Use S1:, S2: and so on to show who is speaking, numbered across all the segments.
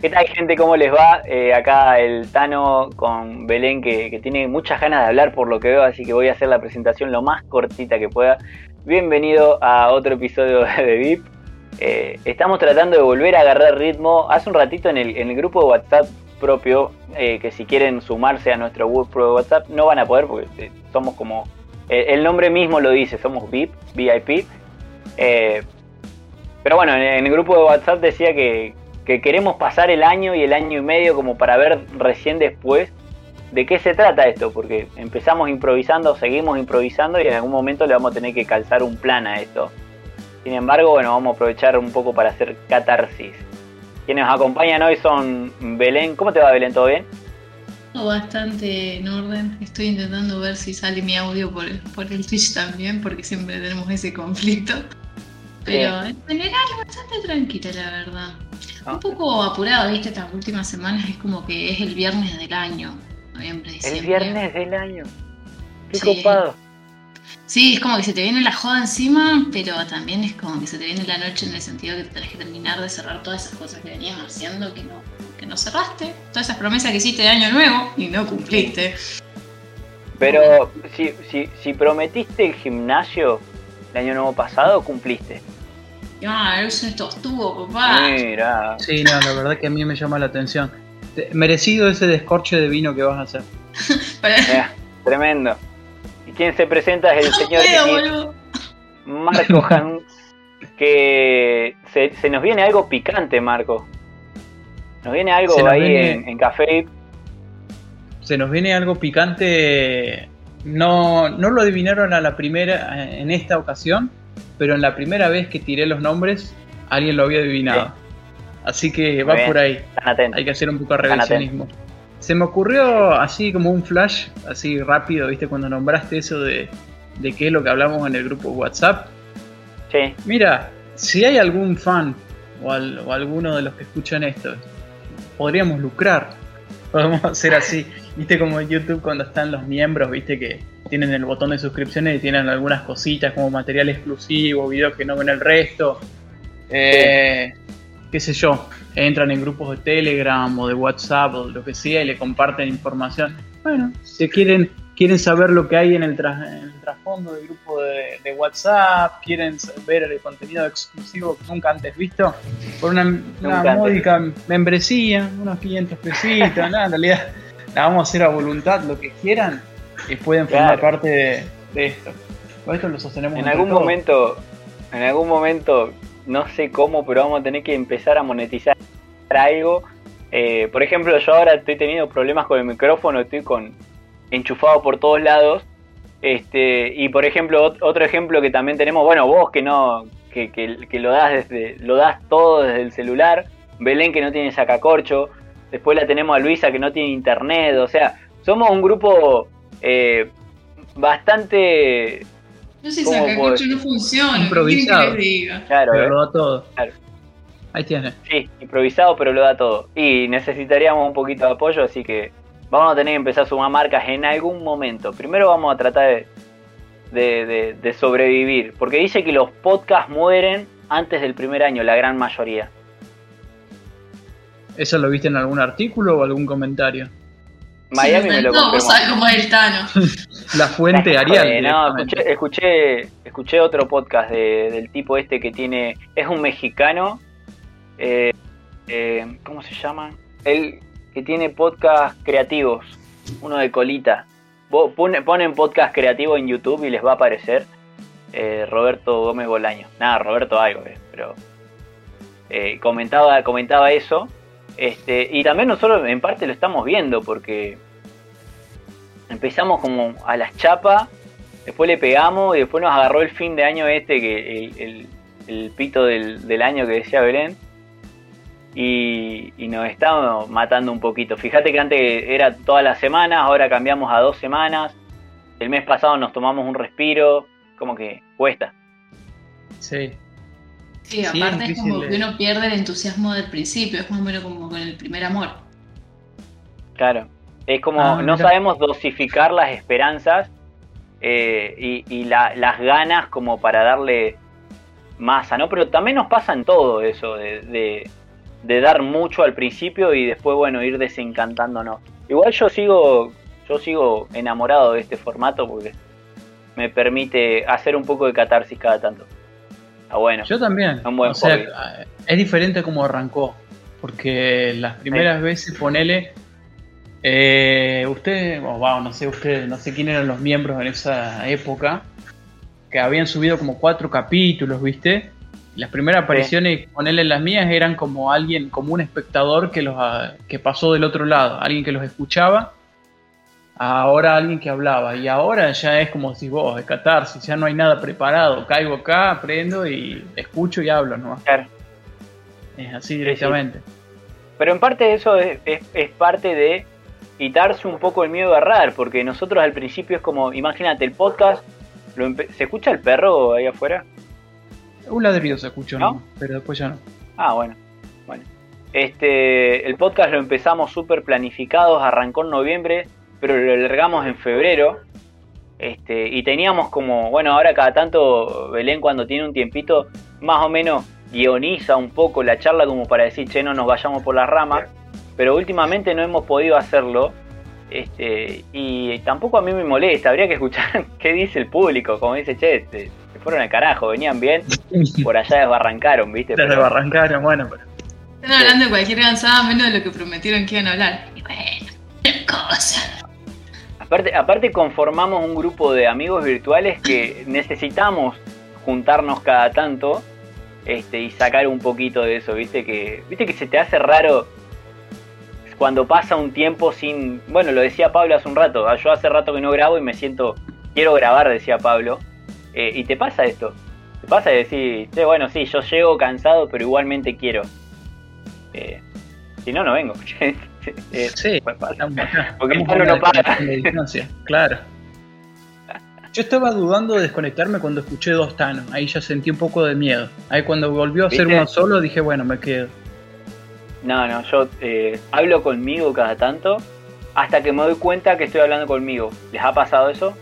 S1: ¿Qué tal, gente? ¿Cómo les va? Acá el Tano con Belén, que tiene muchas ganas de hablar por lo que veo, así que voy a hacer la presentación lo más cortita que pueda. Bienvenido a otro episodio de VIP. Estamos tratando de volver a agarrar ritmo. Hace un ratito en el grupo de WhatsApp propio, que si quieren sumarse a nuestro grupo de WhatsApp, no van a poder porque somos como... el nombre mismo lo dice, somos VIP, VIP. Pero bueno, en el grupo de WhatsApp decía que queremos pasar el año y el año y medio como para ver recién después de qué se trata esto, porque empezamos improvisando, seguimos improvisando y en algún momento le vamos a tener que calzar un plan a esto. Sin embargo, bueno, vamos a aprovechar un poco para hacer catarsis. Quienes nos acompañan hoy son Belén. ¿Cómo te va, Belén? ¿Todo bien?
S2: Bastante en orden. Estoy intentando ver si sale mi audio por el Twitch también, porque siempre tenemos ese conflicto. Pero en general bastante tranquila, la verdad. Un poco apurado, viste, estas últimas semanas es como que es el viernes del año, noviembre, diciembre.
S1: El viernes del año. Qué
S2: Sí,
S1: copado.
S2: Sí, es como que se te viene la joda encima, pero también es como que se te viene la noche en el sentido que tenés que terminar de cerrar todas esas cosas que venías haciendo que no cerraste, todas esas promesas que hiciste de año nuevo y no cumpliste.
S1: Pero si prometiste el gimnasio el año nuevo pasado, cumpliste.
S2: Eso estuvo, papá.
S1: Mira.
S3: Sí, no, la verdad que a mí me llama la atención. Merecido ese descorche de vino que vas a hacer.
S1: Tremendo. Y quien se presenta es el señor Marco Hans, que se nos viene algo picante, Marco. Nos viene algo ahí en Café.
S3: Se nos viene algo picante. No lo adivinaron a la primera en esta ocasión, pero en la primera vez que tiré los nombres, alguien lo había adivinado. Sí. Así que va por ahí. Hay que hacer un poco de revisionismo. Se me ocurrió así como un flash, así rápido, ¿viste? Cuando nombraste eso de qué es lo que hablamos en el grupo WhatsApp.
S1: Sí.
S3: Mira, si hay algún fan o alguno de los que escuchan esto, podríamos lucrar. Podemos hacer así, ¿viste? Como en YouTube cuando están los miembros, ¿viste? Que tienen el botón de suscripciones y tienen algunas cositas como material exclusivo, videos que no ven el resto. Qué sé yo, entran en grupos de Telegram o de WhatsApp o lo que sea y le comparten información. Bueno, si quieren saber lo que hay en el trasfondo del grupo de WhatsApp, quieren ver el contenido exclusivo que nunca antes visto, por una módica membresía, unos 500 pesitos, nada, en realidad la vamos a hacer a voluntad, lo que quieran, y pueden formar parte de esto. Con esto lo sostenemos
S1: en algún momento, no sé cómo, pero vamos a tener que empezar a monetizar algo. Por ejemplo, yo ahora estoy teniendo problemas con el micrófono, estoy enchufado por todos lados. Y por ejemplo, otro ejemplo que también tenemos, bueno, vos que lo das todo desde el celular, Belén que no tiene sacacorcho, después la tenemos a Luisa que no tiene internet, o sea, somos un grupo bastante...
S2: No sé si sacacorcho no funciona,
S3: improvisado.
S2: ¿Qué diga?
S1: Claro,
S3: pero lo da todo.
S1: Claro.
S3: Ahí tienes.
S1: Sí, improvisado, pero lo da todo. Y necesitaríamos un poquito de apoyo, así que vamos a tener que empezar a sumar marcas en algún momento. Primero vamos a tratar de sobrevivir, porque dice que los podcasts mueren antes del primer año, la gran mayoría.
S3: ¿Eso lo viste en algún artículo o algún comentario?
S1: Miami me lo confirmó.
S2: Vos sabés cómo es el Tano.
S3: La fuente Arial.
S1: No, escuché otro podcast del tipo este que tiene... Es un mexicano. ¿Cómo se llama? Él que tiene podcast creativos. Uno de colita. Ponen podcast creativo en YouTube y les va a aparecer Roberto Gómez Bolaño. Nada, Roberto algo, pero comentaba eso. Y también nosotros en parte lo estamos viendo porque empezamos como a las chapas, después le pegamos y después nos agarró el fin de año que el pito del año que decía Belén y nos estábamos matando un poquito. Fíjate que antes era todas las semanas, ahora cambiamos a 2 semanas. El mes pasado nos tomamos un respiro, como que cuesta.
S3: Sí.
S2: Sí, aparte es como que uno pierde el entusiasmo del principio, es más o menos como con el primer amor.
S1: Claro, es como no sabemos dosificar las esperanzas y las ganas como para darle masa, ¿no? Pero también nos pasa en todo eso, de de dar mucho al principio y después, bueno, ir desencantándonos. Igual yo sigo enamorado de este formato porque me permite hacer un poco de catarsis cada tanto. Ah, bueno.
S3: Yo también.
S1: Un buen
S3: o sea,
S1: hobby.
S3: es diferente como arrancó. Porque las primeras veces, ponele, ustedes, no sé quién eran los miembros en esa época, que habían subido como 4 capítulos, ¿viste? Las primeras apariciones, ponele, las mías, eran como alguien, como un espectador que pasó del otro lado, alguien que los escuchaba, ahora alguien que hablaba, y ahora ya es como si vos, es catarsis, ya no hay nada preparado, caigo acá, aprendo y escucho y hablo, ¿no?
S1: Claro.
S3: Es así directamente.
S1: Sí. Pero en parte eso es parte de quitarse un poco el miedo a errar, porque nosotros al principio es como, imagínate, el podcast, ¿se escucha el perro ahí afuera?
S3: Un ladrido se escuchó,
S1: ¿no?
S3: Pero después ya no.
S1: Ah, bueno. El podcast lo empezamos súper planificados, arrancó en noviembre, pero lo largamos en febrero. Y teníamos como, bueno, ahora cada tanto Belén, cuando tiene un tiempito, más o menos guioniza un poco la charla como para decir, che, no nos vayamos por las ramas, pero últimamente no hemos podido hacerlo, y tampoco a mí me molesta, habría que escuchar qué dice el público, como dice, che, se fueron al carajo, venían bien, por allá desbarrancaron, ¿viste?
S3: Desbarrancaron, bueno, pero...
S2: Están hablando de cualquier cansada menos de lo que prometieron que iban a hablar. Y bueno, cosa.
S1: Aparte conformamos un grupo de amigos virtuales que necesitamos juntarnos cada tanto, y sacar un poquito de eso, viste que se te hace raro cuando pasa un tiempo sin, bueno, lo decía Pablo hace un rato, yo hace rato que no grabo y me siento, quiero grabar, decía Pablo, y te pasa esto, te pasa de decir, che, bueno, sí, yo llego cansado, pero igualmente quiero, si no, no vengo.
S3: Sí,
S1: porque el palo no paga.
S3: Claro. Yo estaba dudando de desconectarme cuando escuché 2 Thanos. Ahí ya sentí un poco de miedo. Ahí cuando volvió a ser uno solo dije, bueno, me quedo.
S1: No, yo hablo conmigo cada tanto hasta que me doy cuenta que estoy hablando conmigo. ¿Les ha pasado eso?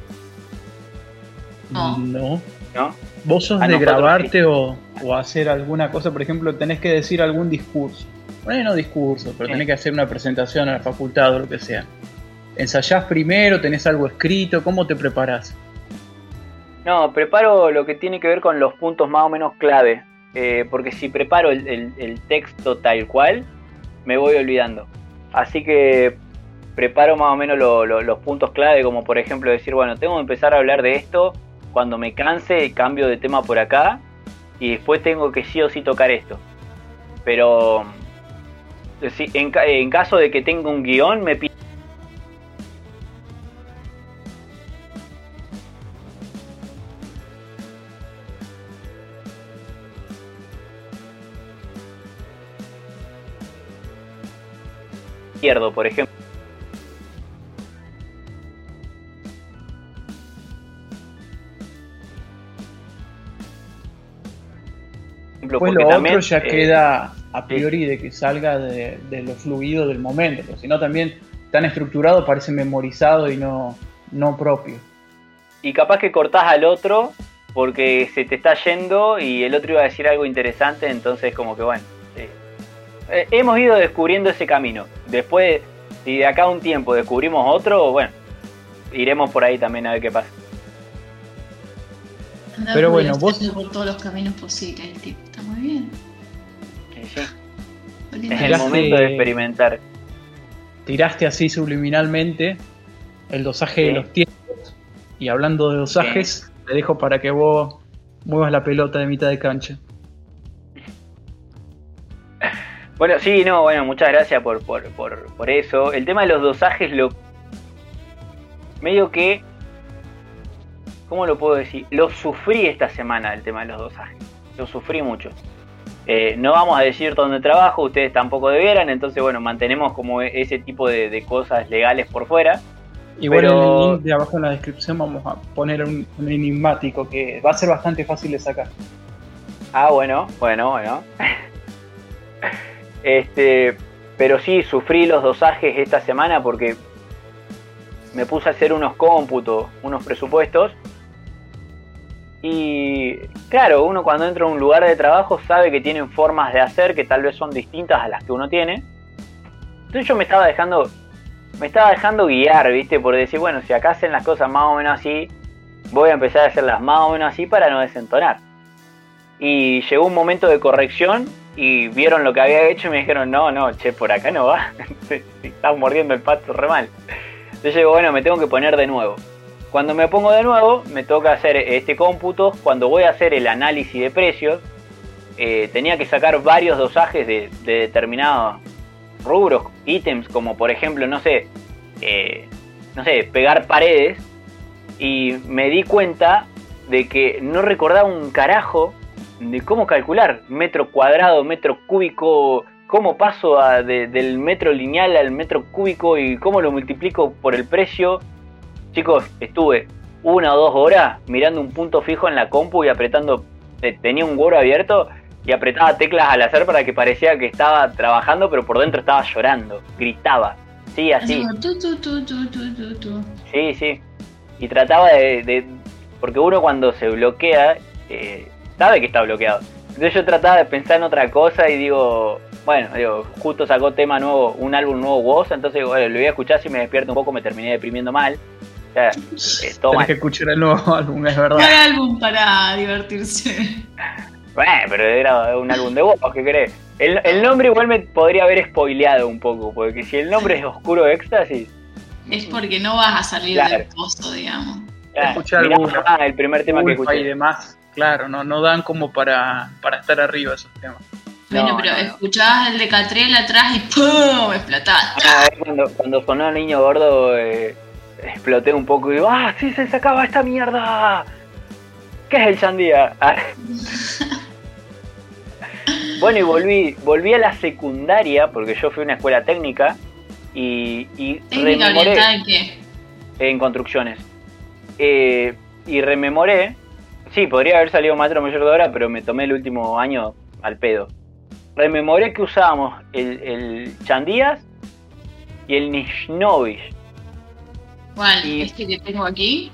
S3: No.
S1: ¿No?
S3: ¿Vos sos de grabarte sí, o hacer alguna cosa? Por ejemplo, tenés que decir algún discurso. Bueno, no discurso, pero tenés que hacer una presentación a la facultad o lo que sea. ¿Ensayás primero? ¿Tenés algo escrito? ¿Cómo te preparás?
S1: No, preparo lo que tiene que ver con los puntos más o menos clave. Porque si preparo el texto tal cual, me voy olvidando. Así que preparo más o menos los puntos clave, como por ejemplo decir, bueno, tengo que empezar a hablar de esto. Cuando me canse, cambio de tema por acá. Y después tengo que sí o sí tocar esto. Pero en caso de que tenga un guión, me pierdo, por ejemplo.
S3: Pues lo otro ya queda a priori de que salga de lo fluido del momento, pero si no también tan estructurado parece memorizado y no propio.
S1: Y capaz que cortás al otro porque se te está yendo y el otro iba a decir algo interesante, entonces como que bueno, hemos ido descubriendo ese camino. Después, si de acá a un tiempo descubrimos otro, bueno, iremos por ahí también a ver qué pasa.
S3: Pero bueno, vos
S2: por todos los caminos posibles, el tipo está muy bien.
S1: Sí. Es el momento de experimentar.
S3: Tiraste así subliminalmente el dosaje de los tiempos. Y hablando de dosajes, te dejo para que vos muevas la pelota de mitad de cancha.
S1: Bueno, sí, no, bueno, muchas gracias por eso. El tema de los dosajes, medio que, ¿cómo lo puedo decir? Lo sufrí esta semana, el tema de los dosajes. Lo sufrí mucho. No vamos a decir dónde trabajo, ustedes tampoco debieran, entonces bueno, mantenemos como ese tipo de cosas legales por fuera.
S3: Igual en el link de abajo en la descripción vamos a poner un enigmático que va a ser bastante fácil de sacar.
S1: Ah, bueno. Pero sí, sufrí los dosajes esta semana porque me puse a hacer unos cómputos, unos presupuestos Y claro, uno cuando entra a un lugar de trabajo sabe que tienen formas de hacer que tal vez son distintas a las que uno tiene. Entonces yo me estaba dejando guiar, ¿viste? Por decir, bueno, si acá hacen las cosas más o menos así, voy a empezar a hacerlas más o menos así para no desentonar. Y llegó un momento de corrección y vieron lo que había hecho y me dijeron, no, che, por acá no va. Estás mordiendo el pato re mal. Entonces yo digo, bueno, me tengo que poner de nuevo. Cuando me pongo de nuevo, me toca hacer este cómputo. Cuando voy a hacer el análisis de precios, tenía que sacar varios dosajes de determinados rubros, ítems, como por ejemplo, no sé, pegar paredes. Y me di cuenta de que no recordaba un carajo de cómo calcular metro cuadrado, metro cúbico, cómo paso del metro lineal al metro cúbico y cómo lo multiplico por el precio. Chicos, estuve 1 o 2 horas mirando un punto fijo en la compu y apretando, tenía un Word abierto y apretaba teclas al hacer para que parecía que estaba trabajando, pero por dentro estaba llorando, gritaba, sí, así. Sí. Y trataba porque uno cuando se bloquea, sabe que está bloqueado. Entonces yo trataba de pensar en otra cosa y digo, justo sacó tema nuevo, un álbum nuevo Woz, entonces digo, bueno, lo voy a escuchar, si me despierto un poco me terminé deprimiendo mal. O sea, todo
S3: Tenés
S1: mal.
S3: que escuchar el nuevo álbum, es verdad.
S2: No hay álbum para divertirse.
S1: Bueno, pero era un álbum de Woz, ¿qué querés? El nombre igual me podría haber spoileado un poco, porque si el nombre es Oscuro Éxtasis...
S2: Es porque no vas a salir del pozo, digamos.
S3: Escuchar
S1: el primer tema que escuché.
S3: Y demás, claro, no dan como para estar arriba esos temas.
S2: Bueno, pero escuchabas el de Catriel atrás y ¡pum! Explotaste.
S1: Cuando sonó el Niño Gordo, exploté un poco y digo, ¡ah, sí se sacaba esta mierda! ¿Qué es el Sandía? Bueno, y volví a la secundaria, porque yo fui a una escuela técnica, y
S2: ¿Técnica orientada en qué?
S1: En construcciones. Y rememoré, sí, podría haber salido maestro mayor de obra, pero me tomé el último año al pedo. Rememoré que usábamos el Chandías y el Nishnovich.
S2: ¿Cuál? ¿Este que tengo aquí?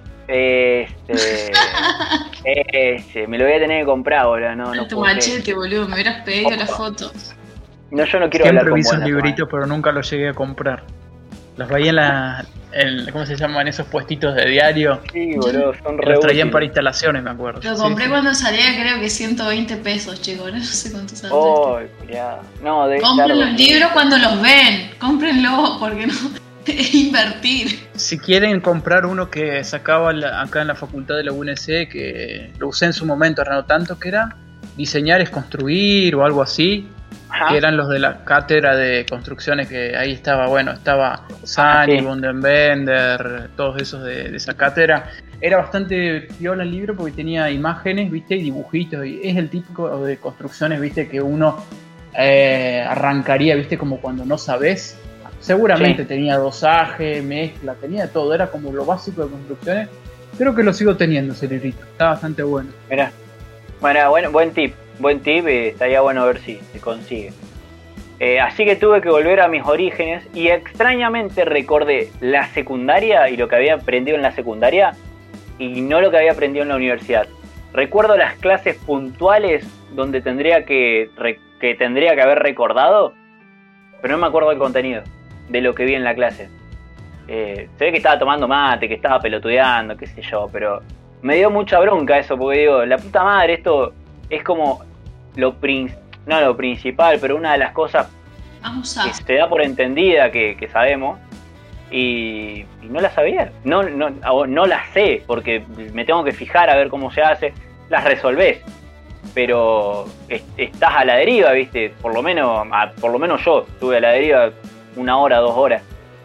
S1: Me lo voy a tener que comprar ahora, no
S2: tu machete, boludo, me hubieras pedido las fotos.
S1: No, yo no quiero
S3: Siempre
S1: hablar con
S3: vi esos
S1: vos,
S3: libritos, pero nunca los llegué a comprar. Los veía ¿cómo se llaman esos puestitos de diario?
S1: Sí, boludo, son re
S3: los traían
S1: útiles.
S3: para instalaciones, me acuerdo.
S2: Lo compré cuando salía, creo que 120 pesos, chicos. No sé cuánto sale.
S1: Cuidado. No,
S2: compren los libros cuando los ven. Cómprenlos, porque no. Es invertir.
S3: Si quieren comprar uno que sacaba acá en la facultad de la UNC, que lo usé en su momento, ahora no tanto, que era Diseñar es Construir o algo así. Ajá. Que eran los de la cátedra de construcciones, que ahí estaba Sani, sí. Bundenbender, todos esos de esa cátedra. Era bastante piola el libro porque tenía imágenes, viste, y dibujitos, y es el típico de construcciones, viste, que uno arrancaría, viste, como cuando no sabes. Seguramente sí. Tenía dosaje, mezcla, tenía todo, era como lo básico de construcciones. Creo que lo sigo teniendo ese librito, está bastante bueno.
S1: Mirá, bueno, buen tip, estaría bueno ver si se consigue. Así que tuve que volver a mis orígenes y extrañamente recordé la secundaria y lo que había aprendido en la secundaria y no lo que había aprendido en la universidad. Recuerdo las clases puntuales donde tendría que haber recordado, pero no me acuerdo del contenido, de lo que vi en la clase. Se ve que estaba tomando mate, que estaba pelotudeando, qué sé yo, pero me dio mucha bronca eso, porque digo, la puta madre, esto es como no lo principal, pero una de las cosas que se da por entendida que sabemos, y no la sabía, no las sé, porque me tengo que fijar a ver cómo se hace, las resolvés, pero estás a la deriva, ¿viste? Por lo menos yo estuve a la deriva 1 hora, 2 horas.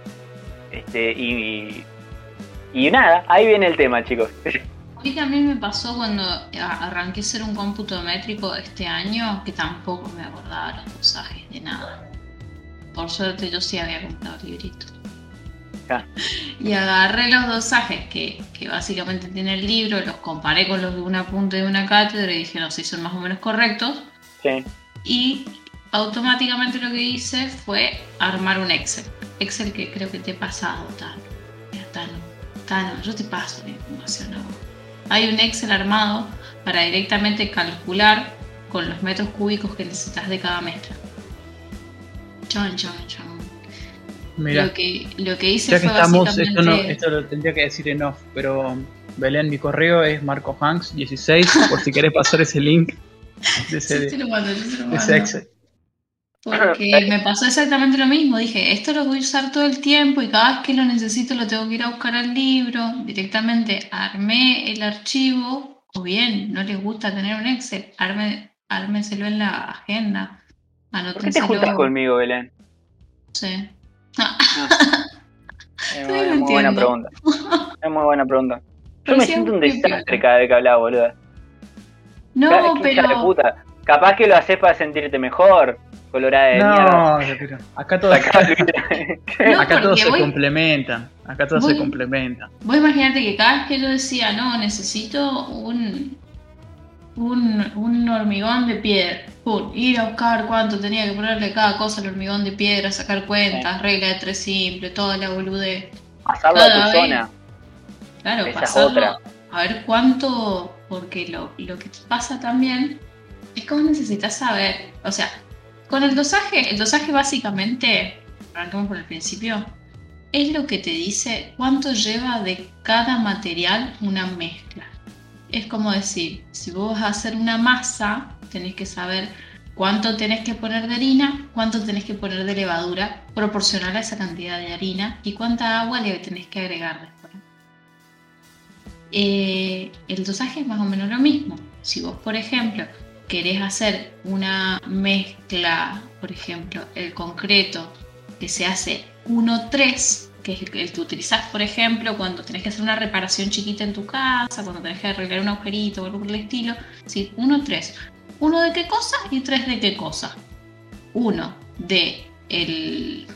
S1: Y nada, ahí viene el tema, chicos.
S2: A mí también me pasó cuando arranqué a hacer un cómputo métrico este año, que tampoco me acordaba los dosajes de nada. Por suerte yo sí había comprado el librito. Y agarré los dosajes que básicamente tiene el libro, los comparé con los de un apunte de una cátedra y dije, no, si son más o menos correctos.
S1: Sí.
S2: Y automáticamente lo que hice fue armar un Excel que creo que te he pasado, Tano, yo te paso la información ahora. Hay un Excel armado para directamente calcular con los metros cúbicos que necesitas de cada mezcla. Chon.
S3: Mira,
S2: Lo que hice
S3: ya que
S2: fue
S3: estamos,
S2: básicamente...
S3: esto lo tendría que decir en off, pero Belén, mi correo es marcohanks16, por si querés pasar ese link de
S2: Yo te lo mando.
S3: ese Excel.
S2: Porque me pasó exactamente lo mismo. Dije, esto lo voy a usar todo el tiempo y cada vez que lo necesito lo tengo que ir a buscar al libro. Directamente armé el archivo, o bien, no les gusta tener un Excel, ármenselo en la agenda.
S1: ¿Por qué te juntas conmigo, Belén?
S2: No sé.
S1: Es muy buena pregunta. Es muy buena pregunta. Yo
S2: Pero
S1: me
S2: sí,
S1: siento un
S2: qué
S1: desastre cada vez que hablaba, boluda.
S2: No,
S1: Qué hija de
S2: pero...
S1: puta. Capaz que lo haces para sentirte mejor, colorada de mierda.
S3: No, pero acá todos,
S2: No,
S3: acá todos se
S2: porque
S3: complementan. Acá todos se complementan.
S2: Vos imaginate que cada vez que yo decía, no, necesito un hormigón de piedra. Ir a buscar cuánto tenía que ponerle cada cosa al hormigón de piedra, sacar cuentas, regla de 3 simple, toda la boludez.
S1: Pasarlo a tu zona.
S2: Claro,
S1: esa
S2: pasarlo,
S1: es otra.
S2: A ver cuánto, porque lo que pasa también es que vos necesitas saber, o sea, con el dosaje básicamente, arranquemos por el principio, es lo que te dice cuánto lleva de cada material una mezcla. Es como decir, si vos vas a hacer una masa, tenés que saber cuánto tenés que poner de harina, cuánto tenés que poner de levadura, proporcional a esa cantidad de harina, y cuánta agua le tenés que agregar después. El dosaje es más o menos lo mismo. Si vos, por ejemplo, querés hacer una mezcla, por ejemplo, el concreto que se hace 1-3, que es el que utilizás, por ejemplo, cuando tenés que hacer una reparación chiquita en tu casa, cuando tenés que arreglar un agujerito o algo por el estilo. Sí, 1-3. ¿Uno de qué cosa y 3 de qué cosa? 1 de el...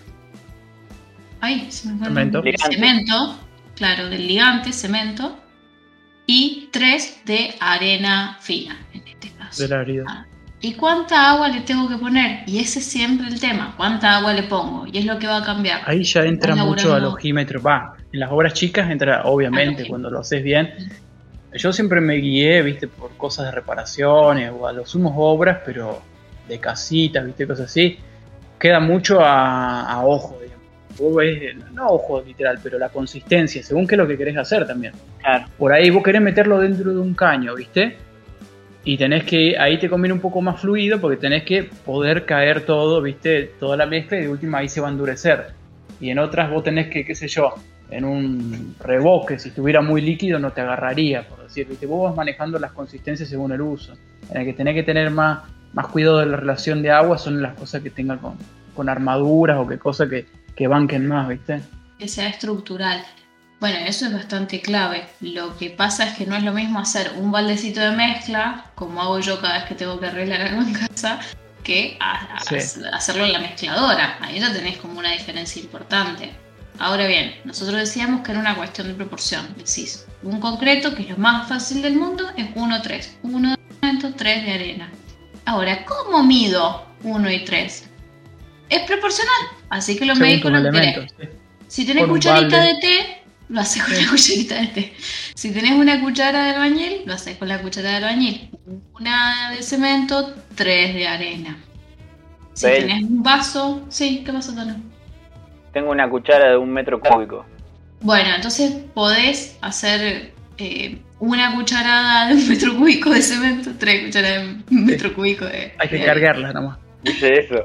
S2: Ay, se me fue el cemento. Claro, del ligante, cemento. Y 3 de arena fina, en este caso.
S3: De la harina.
S2: ¿Y cuánta agua le tengo que poner? Y ese es siempre el tema, ¿cuánta agua le pongo? Y es lo que va a cambiar.
S3: Ahí ya entra mucho al ojímetro. En las obras chicas entra, obviamente, cuando lo haces bien. Yo siempre me guié, viste, por cosas de reparaciones o a lo sumo obras, pero de casitas, viste, cosas así. Queda mucho a ojo, digamos. Vos ves, no a ojo literal, pero la consistencia, según qué es lo que querés hacer también.
S1: Claro.
S3: Por ahí vos querés meterlo dentro de un caño, viste. Y tenés que, ahí te conviene un poco más fluido porque tenés que poder caer todo, viste, toda la mezcla y de última ahí se va a endurecer. Y en otras vos tenés que, qué sé yo, en un revoque, si estuviera muy líquido no te agarraría, por decir, viste, vos vas manejando las consistencias según el uso. En el que tenés que tener más cuidado de la relación de agua son las cosas que tengan con armaduras o que cosas que banquen más, viste.
S2: Que sea estructural. Bueno, eso es bastante clave. Lo que pasa es que no es lo mismo hacer un baldecito de mezcla, como hago yo cada vez que tengo que arreglar algo en casa, que hacerlo en la mezcladora. Ahí ya tenés como una diferencia importante. Ahora bien, nosotros decíamos que era una cuestión de proporción. Decís, un concreto, que es lo más fácil del mundo, es 1-3. 1 de cemento, 3 de arena. Ahora, ¿cómo mido 1 y 3? Es proporcional, así que lo medís con el té. Si tenés cucharita de té, lo haces con la cucharita de té. Si tenés una cuchara de albañil, lo haces con la cuchara de albañil. Una de cemento, 3 de arena. Si tenés un vaso... Sí, ¿qué pasó, Tono?
S1: Tengo una cuchara de 1 metro cúbico.
S2: Bueno, entonces podés hacer una cucharada de 1 metro cúbico de cemento, 3 cucharadas de 1 metro cúbico de...
S3: Hay que cargarla nomás.
S1: Dice eso.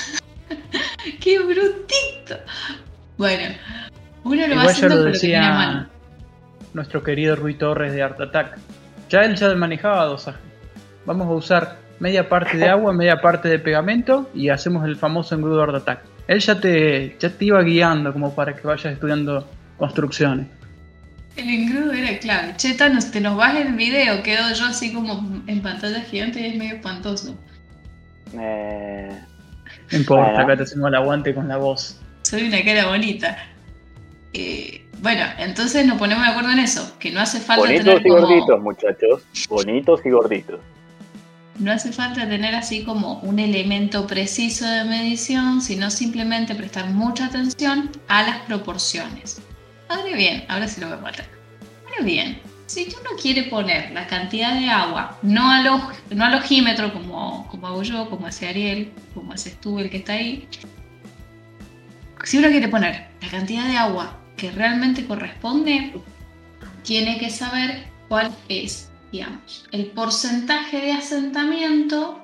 S2: ¡Qué brutito! Bueno, uno lo
S3: igual
S2: va haciendo
S3: ya lo
S2: con lo que tiene a mano.
S3: decía nuestro querido Rui Torres de Art Attack. Él ya manejaba dosaje. Vamos a usar media parte de agua, media parte de pegamento y hacemos el famoso engrudo Art Attack. Él ya te iba guiando como para que vayas estudiando construcciones.
S2: El engrudo era clave. Cheta, te nos baja el video, quedo yo así como en pantalla gigante y es medio espantoso.
S3: No importa, acá te hacemos el aguante con la voz.
S2: Soy una cara bonita. Bueno, entonces nos ponemos de acuerdo en eso, que no hace falta
S1: bonitos
S2: tener
S1: y gorditos, muchachos. Bonitos y gorditos.
S2: No hace falta tener así como un elemento preciso de medición, sino simplemente prestar mucha atención a las proporciones. Ahora bien, ahora sí lo voy a matar. Ahora bien, Si uno quiere poner la cantidad de agua, no al ojímetro como hago yo, como hace Ariel, como haces tú, el que está ahí. Si uno quiere poner la cantidad de agua que realmente corresponde, tiene que saber cuál es, digamos, el porcentaje de asentamiento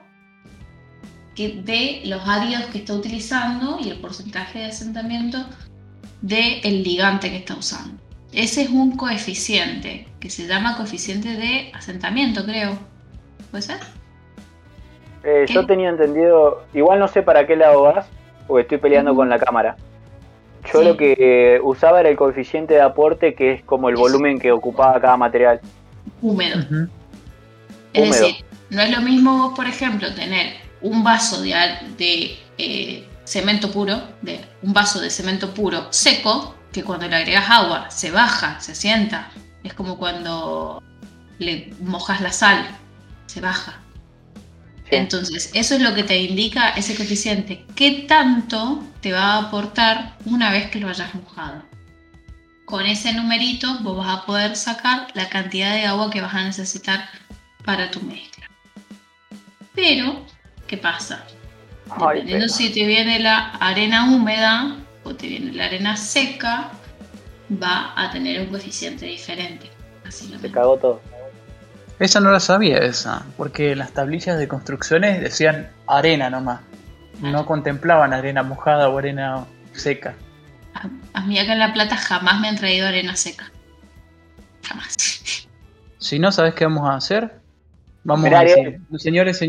S2: de los áridos que está utilizando y el porcentaje de asentamiento del ligante que está usando. Ese es un coeficiente que se llama coeficiente de asentamiento, creo. ¿Puede ser?
S1: Yo tenía entendido, igual no sé para qué lado vas, porque estoy peleando con la cámara. Yo lo que usaba era el coeficiente de aporte, que es como el volumen que ocupaba cada material.
S2: Húmedo. Es decir, no es lo mismo vos, por ejemplo, tener un vaso de cemento puro, un vaso de cemento puro seco, que cuando le agregas agua se baja, se asienta. Es como cuando le mojas la sal, se baja. Sí. Entonces, eso es lo que te indica ese coeficiente. ¿Qué tanto te va a aportar una vez que lo hayas mojado? Con ese numerito vos vas a poder sacar la cantidad de agua que vas a necesitar para tu mezcla. Pero, ¿qué pasa? Dependiendo si te viene la arena húmeda o te viene la arena seca, va a tener un coeficiente diferente. Así
S1: se cagó todo.
S3: Esa no la sabía, porque las tablillas de construcciones decían arena nomás. No contemplaban arena mojada o arena seca.
S2: A mí acá en La Plata jamás me han traído arena seca. Jamás.
S3: Si no sabes qué vamos a hacer, vamos a decir, señores.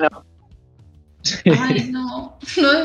S2: Ay, no.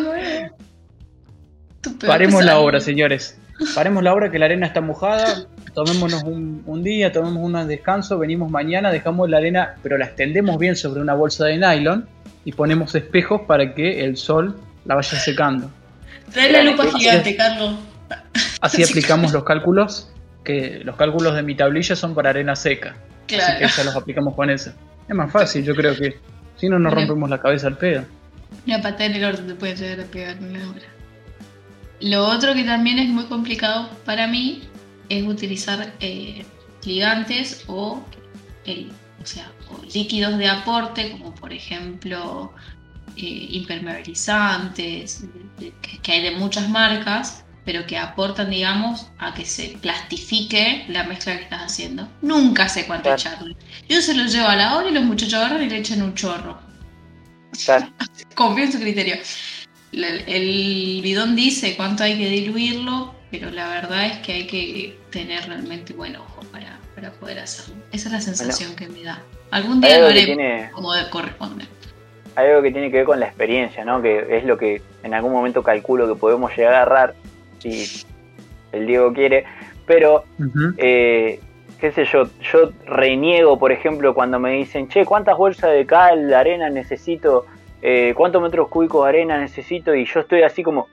S3: Paremos la obra, señores. Paremos la obra, que la arena está mojada. Tomémonos un día, tomemos un descanso, venimos mañana, dejamos la arena, pero la extendemos bien sobre una bolsa de nylon y ponemos espejos para que el sol la vaya secando.
S2: Trae la lupa gigante, Carlos.
S3: Así aplicamos los cálculos, que los cálculos de mi tablilla son para arena seca. Claro. Así que ya los aplicamos con eso. Es más fácil, yo creo que si no nos rompemos la cabeza al pedo.
S2: Una patada en el orden te puede llegar a pegar en la obra. Lo otro que también es muy complicado para mí es utilizar ligantes o líquidos de aporte, como por ejemplo impermeabilizantes, que hay de muchas marcas, pero que aportan, digamos, a que se plastifique la mezcla que estás haciendo. Nunca sé cuánto echarle. Yo se lo llevo a la hora y los muchachos agarran y le echan un chorro.
S1: Claro.
S2: Confío en su criterio. El bidón dice cuánto hay que diluirlo, pero la verdad es que hay que tener realmente buen ojo para poder hacerlo. Esa es la sensación que me da. Algún día lo haré como corresponde.
S1: Hay algo que tiene que ver con la experiencia, ¿no? Que es lo que en algún momento calculo que podemos llegar a agarrar, si el Diego quiere, pero qué sé yo reniego, por ejemplo, cuando me dicen, che, ¿cuántas bolsas de cal, de arena necesito? ¿Cuántos metros cúbicos de arena necesito? Y yo estoy así como,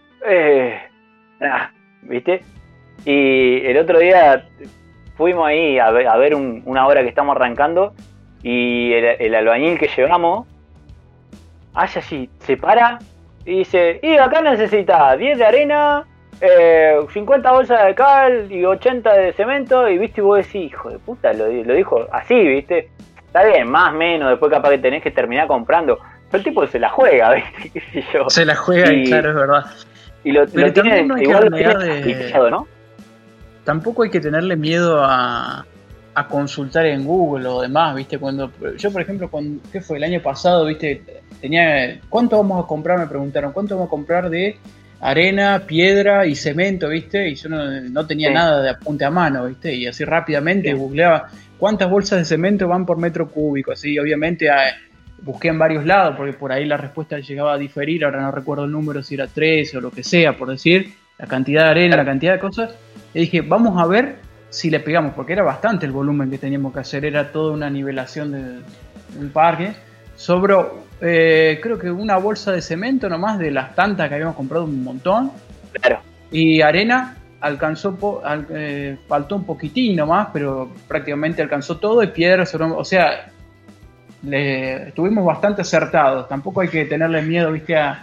S1: ¿viste? Y el otro día fuimos ahí a ver una obra que estamos arrancando y el albañil que llevamos hace así, se para y dice, y acá necesita 10 de arena, 50 bolsas de cal y 80 de cemento, y viste, y vos decís, hijo de puta, lo dijo así, viste, está bien, más o menos, después capaz que tenés que terminar comprando, pero el tipo se la juega, viste, qué sé yo.
S3: Se la juega y claro, es verdad.
S1: Y lo tiene, no igual lo tiene aplicado, ¿no?
S3: Tampoco hay que tenerle miedo a consultar en Google o demás, viste, cuando yo, por ejemplo, ¿qué fue? El año pasado, viste, ¿cuánto vamos a comprar? Me preguntaron, ¿cuánto vamos a comprar de arena, piedra y cemento, viste? Y yo no tenía nada de apunte a mano, viste, y así rápidamente googleaba cuántas bolsas de cemento van por metro cúbico, así obviamente busqué en varios lados, porque por ahí la respuesta llegaba a diferir, ahora no recuerdo el número, si era 13 o lo que sea, por decir, la cantidad de arena, la cantidad de cosas, y dije, vamos a ver si le pegamos, porque era bastante el volumen que teníamos que hacer, era toda una nivelación de un parque, sobre, creo que una bolsa de cemento nomás, de las tantas que habíamos comprado un montón,
S1: claro.
S3: Y arena alcanzó, faltó un poquitín nomás, pero prácticamente alcanzó todo, y piedra, o sea, estuvimos bastante acertados, tampoco hay que tenerle miedo, viste, a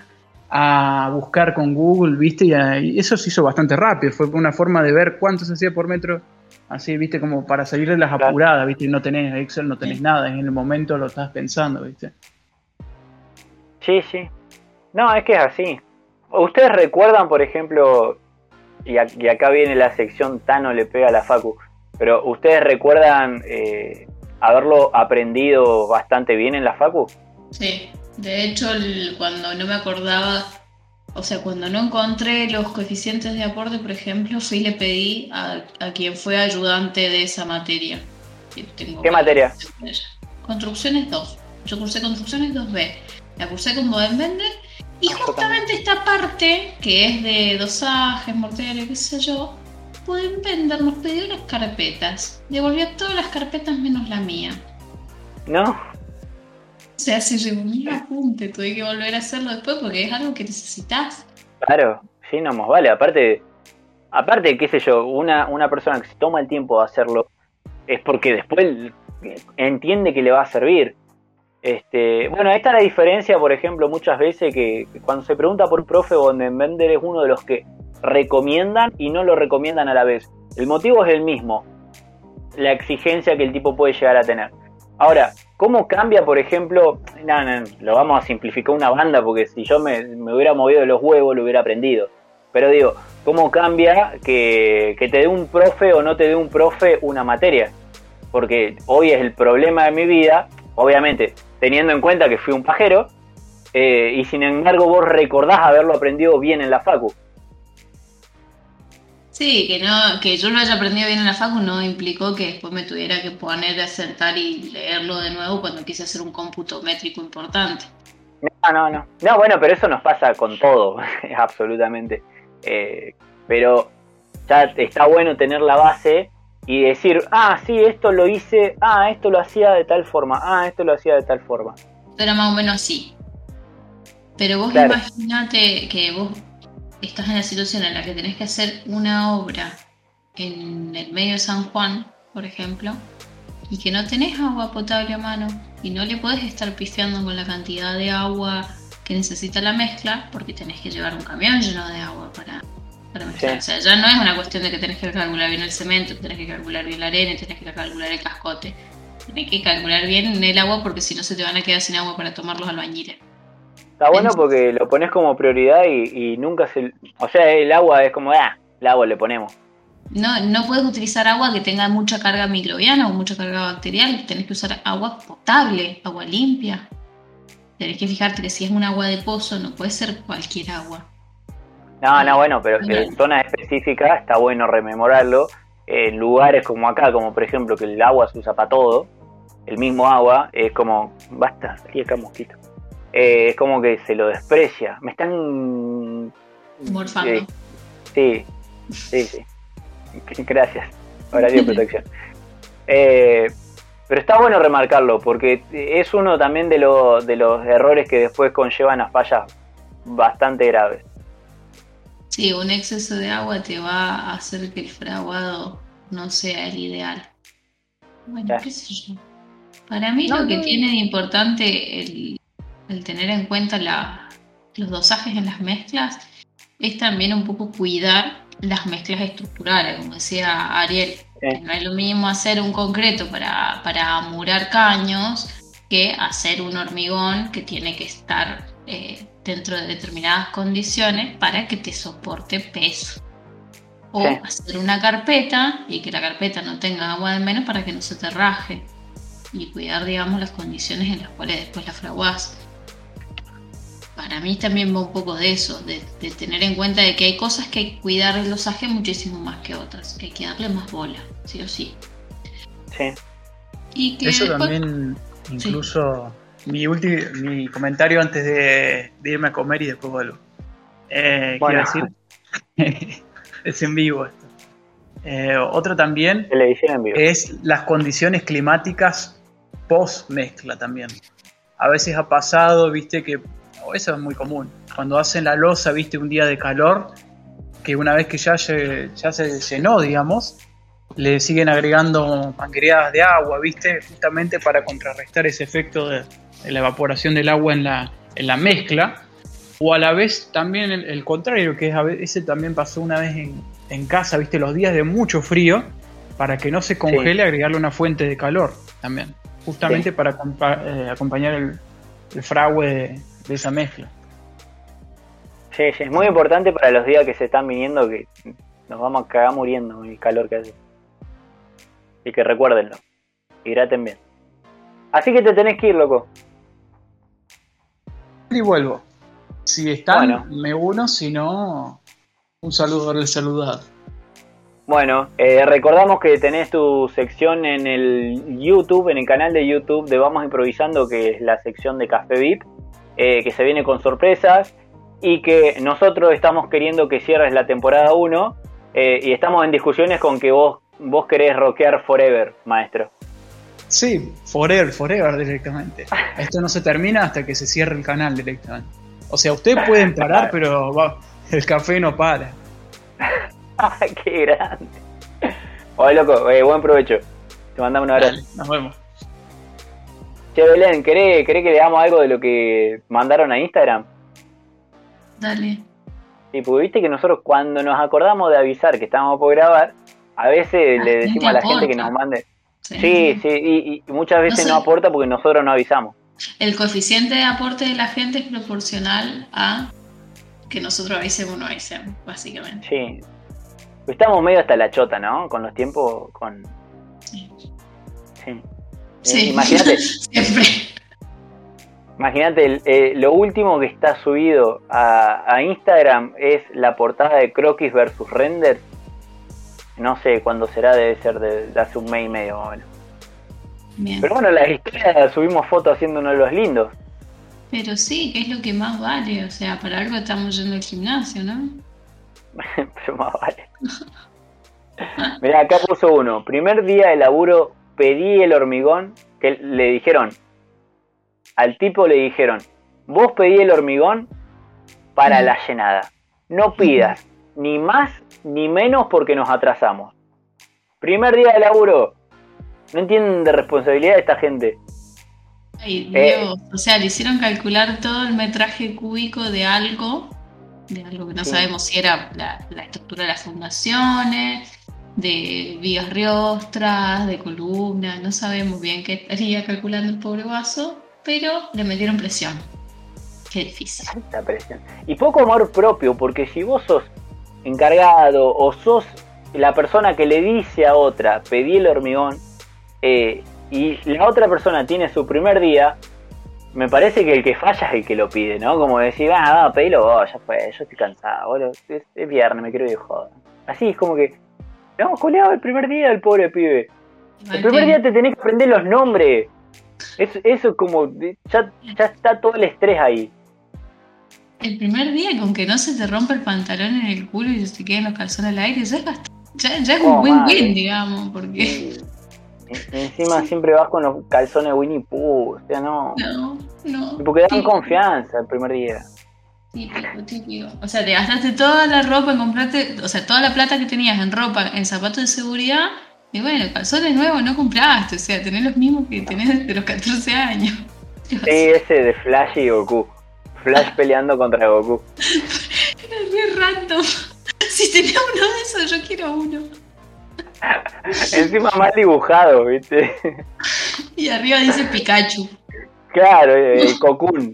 S3: a buscar con Google, ¿viste? Y eso se hizo bastante rápido. Fue una forma de ver cuánto se hacía por metro, así, ¿viste? Como para salir de las apuradas, ¿viste? Y no tenés Excel, no tenés nada, en el momento lo estás pensando, ¿viste?
S1: Sí, sí. No, es que es así. ¿Ustedes recuerdan, por ejemplo, y acá viene la sección Tano le pega a la Facu, pero ¿ustedes recuerdan haberlo aprendido bastante bien en la Facu?
S2: Sí, de hecho cuando no me acordaba, o sea, cuando no encontré los coeficientes de aporte, por ejemplo, fui y le pedí a quien fue ayudante de esa materia.
S1: ¿Qué materia?
S2: Construcciones 2. Yo cursé Construcciones 2B. La cursé con Bodenbender. Y justamente esta parte, que es de dosajes, mortero, qué sé yo, Bodenbender nos pidió las carpetas. Devolvió todas las carpetas menos la mía.
S1: ¿No?
S2: O sea, se llevó un apunte, tuve que volver a hacerlo después porque es algo que necesitas.
S1: Claro, sí, no más vale. Aparte, qué sé yo, una persona que se toma el tiempo de hacerlo es porque después entiende que le va a servir. Bueno, esta es la diferencia, por ejemplo, muchas veces que cuando se pregunta por un profe, Bodenbender es uno de los que recomiendan y no lo recomiendan a la vez. El motivo es el mismo, la exigencia que el tipo puede llegar a tener. Ahora, ¿cómo cambia, por ejemplo? No, lo vamos a simplificar una banda, porque si yo me hubiera movido de los huevos lo hubiera aprendido. Pero digo, ¿cómo cambia que te dé un profe o no te dé un profe una materia? Porque hoy es el problema de mi vida, obviamente, teniendo en cuenta que fui un pajero, y sin embargo vos recordás haberlo aprendido bien en la facu.
S2: Sí, que yo lo haya aprendido bien en la facu no implicó que después me tuviera que poner a sentar y leerlo de nuevo cuando quise hacer un cómputo métrico importante.
S1: No, bueno, pero eso nos pasa con todo, absolutamente. Pero ya está bueno tener la base y decir, sí, esto lo hice, esto lo hacía de tal forma, esto lo hacía de tal forma.
S2: Era más o menos así. Pero vos
S1: claro.
S2: Imaginate que vos estás en la situación en la que tenés que hacer una obra en el medio de San Juan, por ejemplo, y que no tenés agua potable a mano y no le podés estar pifiando con la cantidad de agua que necesita la mezcla porque tenés que llevar un camión lleno de agua para mezclar. Sí. O sea, ya no es una cuestión de que tenés que calcular bien el cemento, tenés que calcular bien la arena, tenés que calcular el cascote. Tenés que calcular bien el agua porque si no se te van a quedar sin agua para tomar los albañiles.
S1: Está bueno porque lo pones como prioridad y nunca se... O sea, el agua es como, el agua le ponemos.
S2: No puedes utilizar agua que tenga mucha carga microbiana o mucha carga bacterial. Tenés que usar agua potable, agua limpia. Tenés que fijarte que si es un agua de pozo no puede ser cualquier agua.
S1: No, bueno, pero en zonas específicas está bueno rememorarlo. En lugares como acá, como por ejemplo que el agua se usa para todo, el mismo agua, es como... Basta, aquí acá mosquito. Es como que se lo desprecia. Me están...
S2: morfando.
S1: Sí. Gracias. Horario de protección. Pero está bueno remarcarlo porque es uno también de los errores que después conllevan a fallas bastante graves.
S2: Sí, un exceso de agua te va a hacer que el fraguado no sea el ideal. Bueno, qué sé yo. Para mí lo que tiene de importante el tener en cuenta los dosajes en las mezclas es también un poco cuidar las mezclas estructurales, como decía Ariel. No es lo mismo hacer un concreto para amurar caños que hacer un hormigón que tiene que estar dentro de determinadas condiciones para que te soporte peso. O hacer una carpeta y que la carpeta no tenga agua de menos para que no se te raje. Y cuidar, digamos, las condiciones en las cuales después la fraguás. Para mí también va un poco de eso, de tener en cuenta de que hay cosas que hay que cuidar el dosaje muchísimo más que otras, que hay que darle más bola, sí o sí.
S1: Sí.
S3: Y que eso después... también, incluso, mi comentario antes de irme a comer y después vuelvo. Quiero decir, es en vivo esto. Otro también
S1: en vivo.
S3: Es las condiciones climáticas post mezcla también. A veces ha pasado, viste, que eso es muy común. Cuando hacen la losa, viste, un día de calor, que una vez que ya se llenó, digamos, le siguen agregando manguereadas de agua, viste, justamente para contrarrestar ese efecto de la evaporación del agua en la mezcla. O a la vez también el contrario, que es a veces, ese también pasó una vez en casa, viste, los días de mucho frío, para que no se congele, agregarle una fuente de calor también, justamente para acompañar el fragüe de esa mezcla.
S1: Sí, es muy importante para los días que se están viniendo, que nos vamos a cagar muriendo con el calor que hace. Y que recuérdenlo, hidraten bien. Así que te tenés que ir, loco.
S3: Y vuelvo. Si están,
S1: bueno,
S3: me uno, si no, un saludo al saludado.
S1: Bueno, recordamos que tenés tu sección en el YouTube, en el canal de YouTube de Vamos Improvisando, que es la sección de Café VIP, que se viene con sorpresas y que nosotros estamos queriendo que cierres la temporada 1 y estamos en discusiones con que vos querés rockear forever, maestro.
S3: Sí, forever directamente. Esto no se termina hasta que se cierre el canal directamente. O sea, ustedes pueden parar, pero el café no para.
S1: ¡Qué grande! Oye, loco, buen provecho. Te mandamos un abrazo.
S3: Dale, nos vemos.
S1: Che, Belén, ¿querés que le damos algo de lo que mandaron a Instagram?
S2: Dale.
S1: Sí, porque viste que nosotros cuando nos acordamos de avisar que estábamos por grabar, a veces le decimos a la gente que nos mande. Sí, y muchas veces no aporta porque nosotros no avisamos.
S2: El coeficiente de aporte de la gente es proporcional a que nosotros avisemos o no avisemos, básicamente.
S1: Sí. Estamos medio hasta la chota, ¿no? Con los tiempos, Sí. Imagínate.
S2: Siempre.
S1: Imagínate, lo último que está subido a Instagram es la portada de Croquis versus Render. No sé cuándo será, debe ser de hace un mes y medio más o menos.
S2: Bien.
S1: Pero bueno, las historias subimos fotos haciéndonos los lindos.
S2: Pero sí, que es lo que más vale, o sea, para algo estamos yendo al gimnasio, ¿no?
S1: Pero más vale. Mirá, acá puso uno. Primer día de laburo, pedí el hormigón. Que le dijeron, al tipo le dijeron, vos pedí el hormigón para la llenada. No pidas ni más ni menos porque nos atrasamos. Primer día de laburo. No entienden de responsabilidad de esta gente.
S2: Ay, Dios, o sea, le hicieron calcular todo el metraje cúbico de algo que no sabemos si era la estructura de las fundaciones, de vigas riostras, de columnas, no sabemos bien qué estaría calculando el pobre vaso, pero le metieron presión. Qué difícil.
S1: Alta presión. Y poco amor propio, porque si vos sos encargado o sos la persona que le dice a otra, pedí el hormigón, y la otra persona tiene su primer día, me parece que el que falla es el que lo pide, ¿no? Como decir, pedilo vos, ya fue, yo estoy cansado, boludo, es viernes, me quiero ir de joda. Así es como que, no, coleado, el primer día del pobre pibe. El primer día te tenés que aprender los nombres. Eso como, ya está todo el estrés ahí.
S2: El primer día con que no se te rompa el pantalón en el culo y se te queden los calzones al aire, ya es un win-win, digamos, porque...
S1: Encima siempre vas con los calzones Winnie Pooh, o sea, no.
S2: No.
S1: Porque dan confianza el primer día.
S2: Típico. O sea, te gastaste toda la ropa en comprarte, o sea, toda la plata que tenías en ropa, en zapatos de seguridad, y bueno, calzones nuevos no compraste, o sea, tenés los mismos que tenés desde los 14 años.
S1: Sí, ese de Flash y Goku. Flash peleando contra Goku.
S2: Era re random. Si tenía uno de esos, yo quiero uno.
S1: Encima mal dibujado, ¿viste?
S2: Y arriba dice Pikachu.
S1: Claro, Cocoon.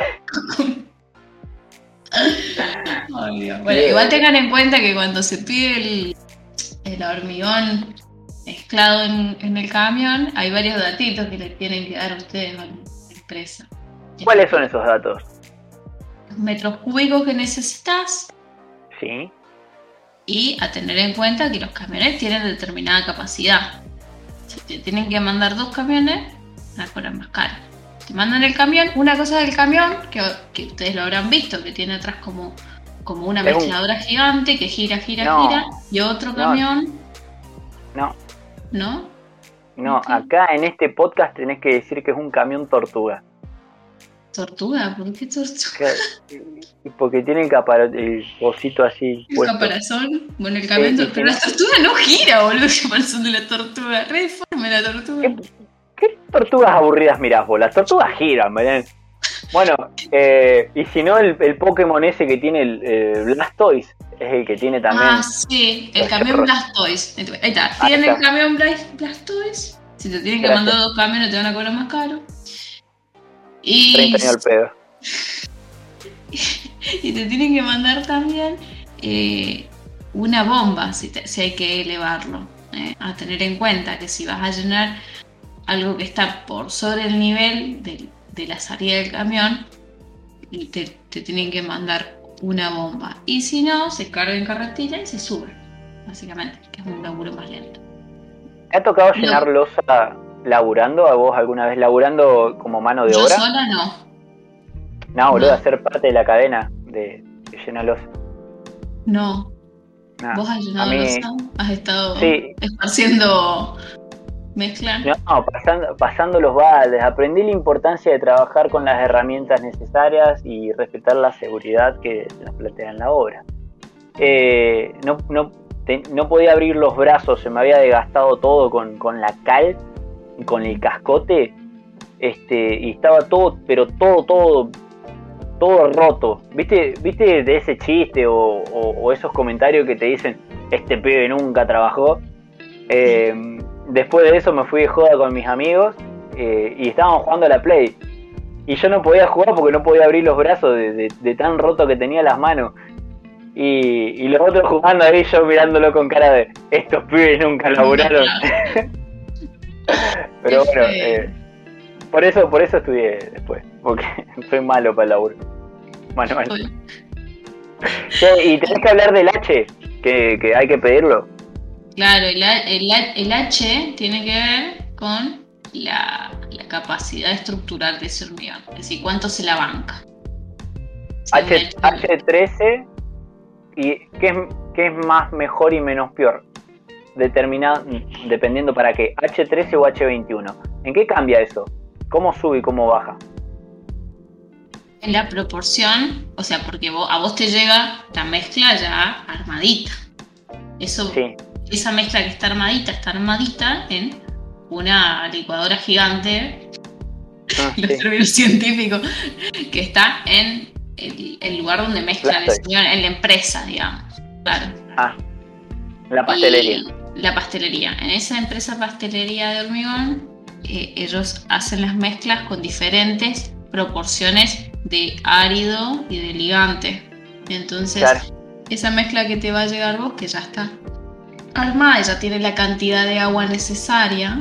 S2: Ay, Dios. Bueno, igual tengan en cuenta que cuando se pide el hormigón mezclado en el camión, hay varios datitos que le tienen que dar a ustedes a la empresa.
S1: ¿Cuáles son esos datos?
S2: Los metros cúbicos que necesitas.
S1: Sí.
S2: Y a tener en cuenta que los camiones tienen determinada capacidad. Si te tienen que mandar 2 camiones, la cobran más cara. Te mandan el camión, una cosa del camión, que ustedes lo habrán visto, que tiene atrás como una mezcladora gigante que gira, y otro camión.
S1: No.
S2: ¿No?
S1: No, acá en este podcast tenés que decir que es un camión tortuga.
S2: ¿Tortuga? ¿Por qué tortuga?
S1: Porque tiene el cosito así.
S2: ¿El caparazón? Bueno, el camión pero la tortuga no gira, boludo, el caparazón de la tortuga. Re deforme la tortuga.
S1: ¿Qué tortugas aburridas mirás vos? Las tortugas giran, ¿verdad? Bueno, y si no, el Pokémon ese que tiene el Blastoise, es el que tiene también.
S2: Ah, sí, el camión Blastoise. Ahí está, tiene el camión Blastoise. Si te tienen que mandar 2 camiones, te van a cobrar más caro. Y
S1: 30 años al pedo.
S2: Y te tienen que mandar también una bomba, si hay que elevarlo. A tener en cuenta que si vas a llenar algo que está por sobre el nivel de la salida del camión, te tienen que mandar una bomba. Y si no, se carga en carretilla y se sube, básicamente, que es un laburo más lento.
S1: ¿Te ha tocado llenar losa laburando a vos alguna vez? ¿Laburando como mano de obra?
S2: Yo sola no.
S1: No, boludo, hacer parte de la cadena de llenar losa.
S2: No.
S1: Nah.
S2: ¿Vos has llenado losa? ¿Has estado esparciendo mezcla?
S1: No, pasando los baldes. Aprendí la importancia de trabajar con las herramientas necesarias y respetar la seguridad que nos plantea en la obra. No podía abrir los brazos, se me había desgastado todo con la cal, con el cascote, y estaba todo, pero todo roto. ¿Viste de ese chiste o esos comentarios que te dicen este pibe nunca trabajó? Después de eso me fui de joda con mis amigos y estábamos jugando a la Play y yo no podía jugar porque no podía abrir los brazos de tan roto que tenía las manos y los otros jugando ahí, yo mirándolo con cara de estos pibes nunca laburaron. Pero bueno, por eso estudié después, porque soy malo para el laburo. Bueno. Y tenés que hablar del H, que hay que pedirlo.
S2: Claro, el H tiene que ver con la capacidad estructural de ese hormigón, es decir, cuánto se la banca.
S1: H13, ¿y qué es más mejor y menos peor? Dependiendo para qué, H13 o H21. ¿En qué cambia eso? ¿Cómo sube y cómo baja?
S2: En la proporción, o sea, porque a vos te llega la mezcla ya armadita. Eso, sí. Esa mezcla que está armadita en una licuadora gigante, los términos científicos, que está en el lugar donde mezclan en la empresa, digamos. Claro.
S1: La pastelería.
S2: La pastelería. En esa empresa pastelería de hormigón, ellos hacen las mezclas con diferentes proporciones de árido y de ligante. Entonces, esa mezcla que te va a llegar vos, que ya está armada, ya tiene la cantidad de agua necesaria,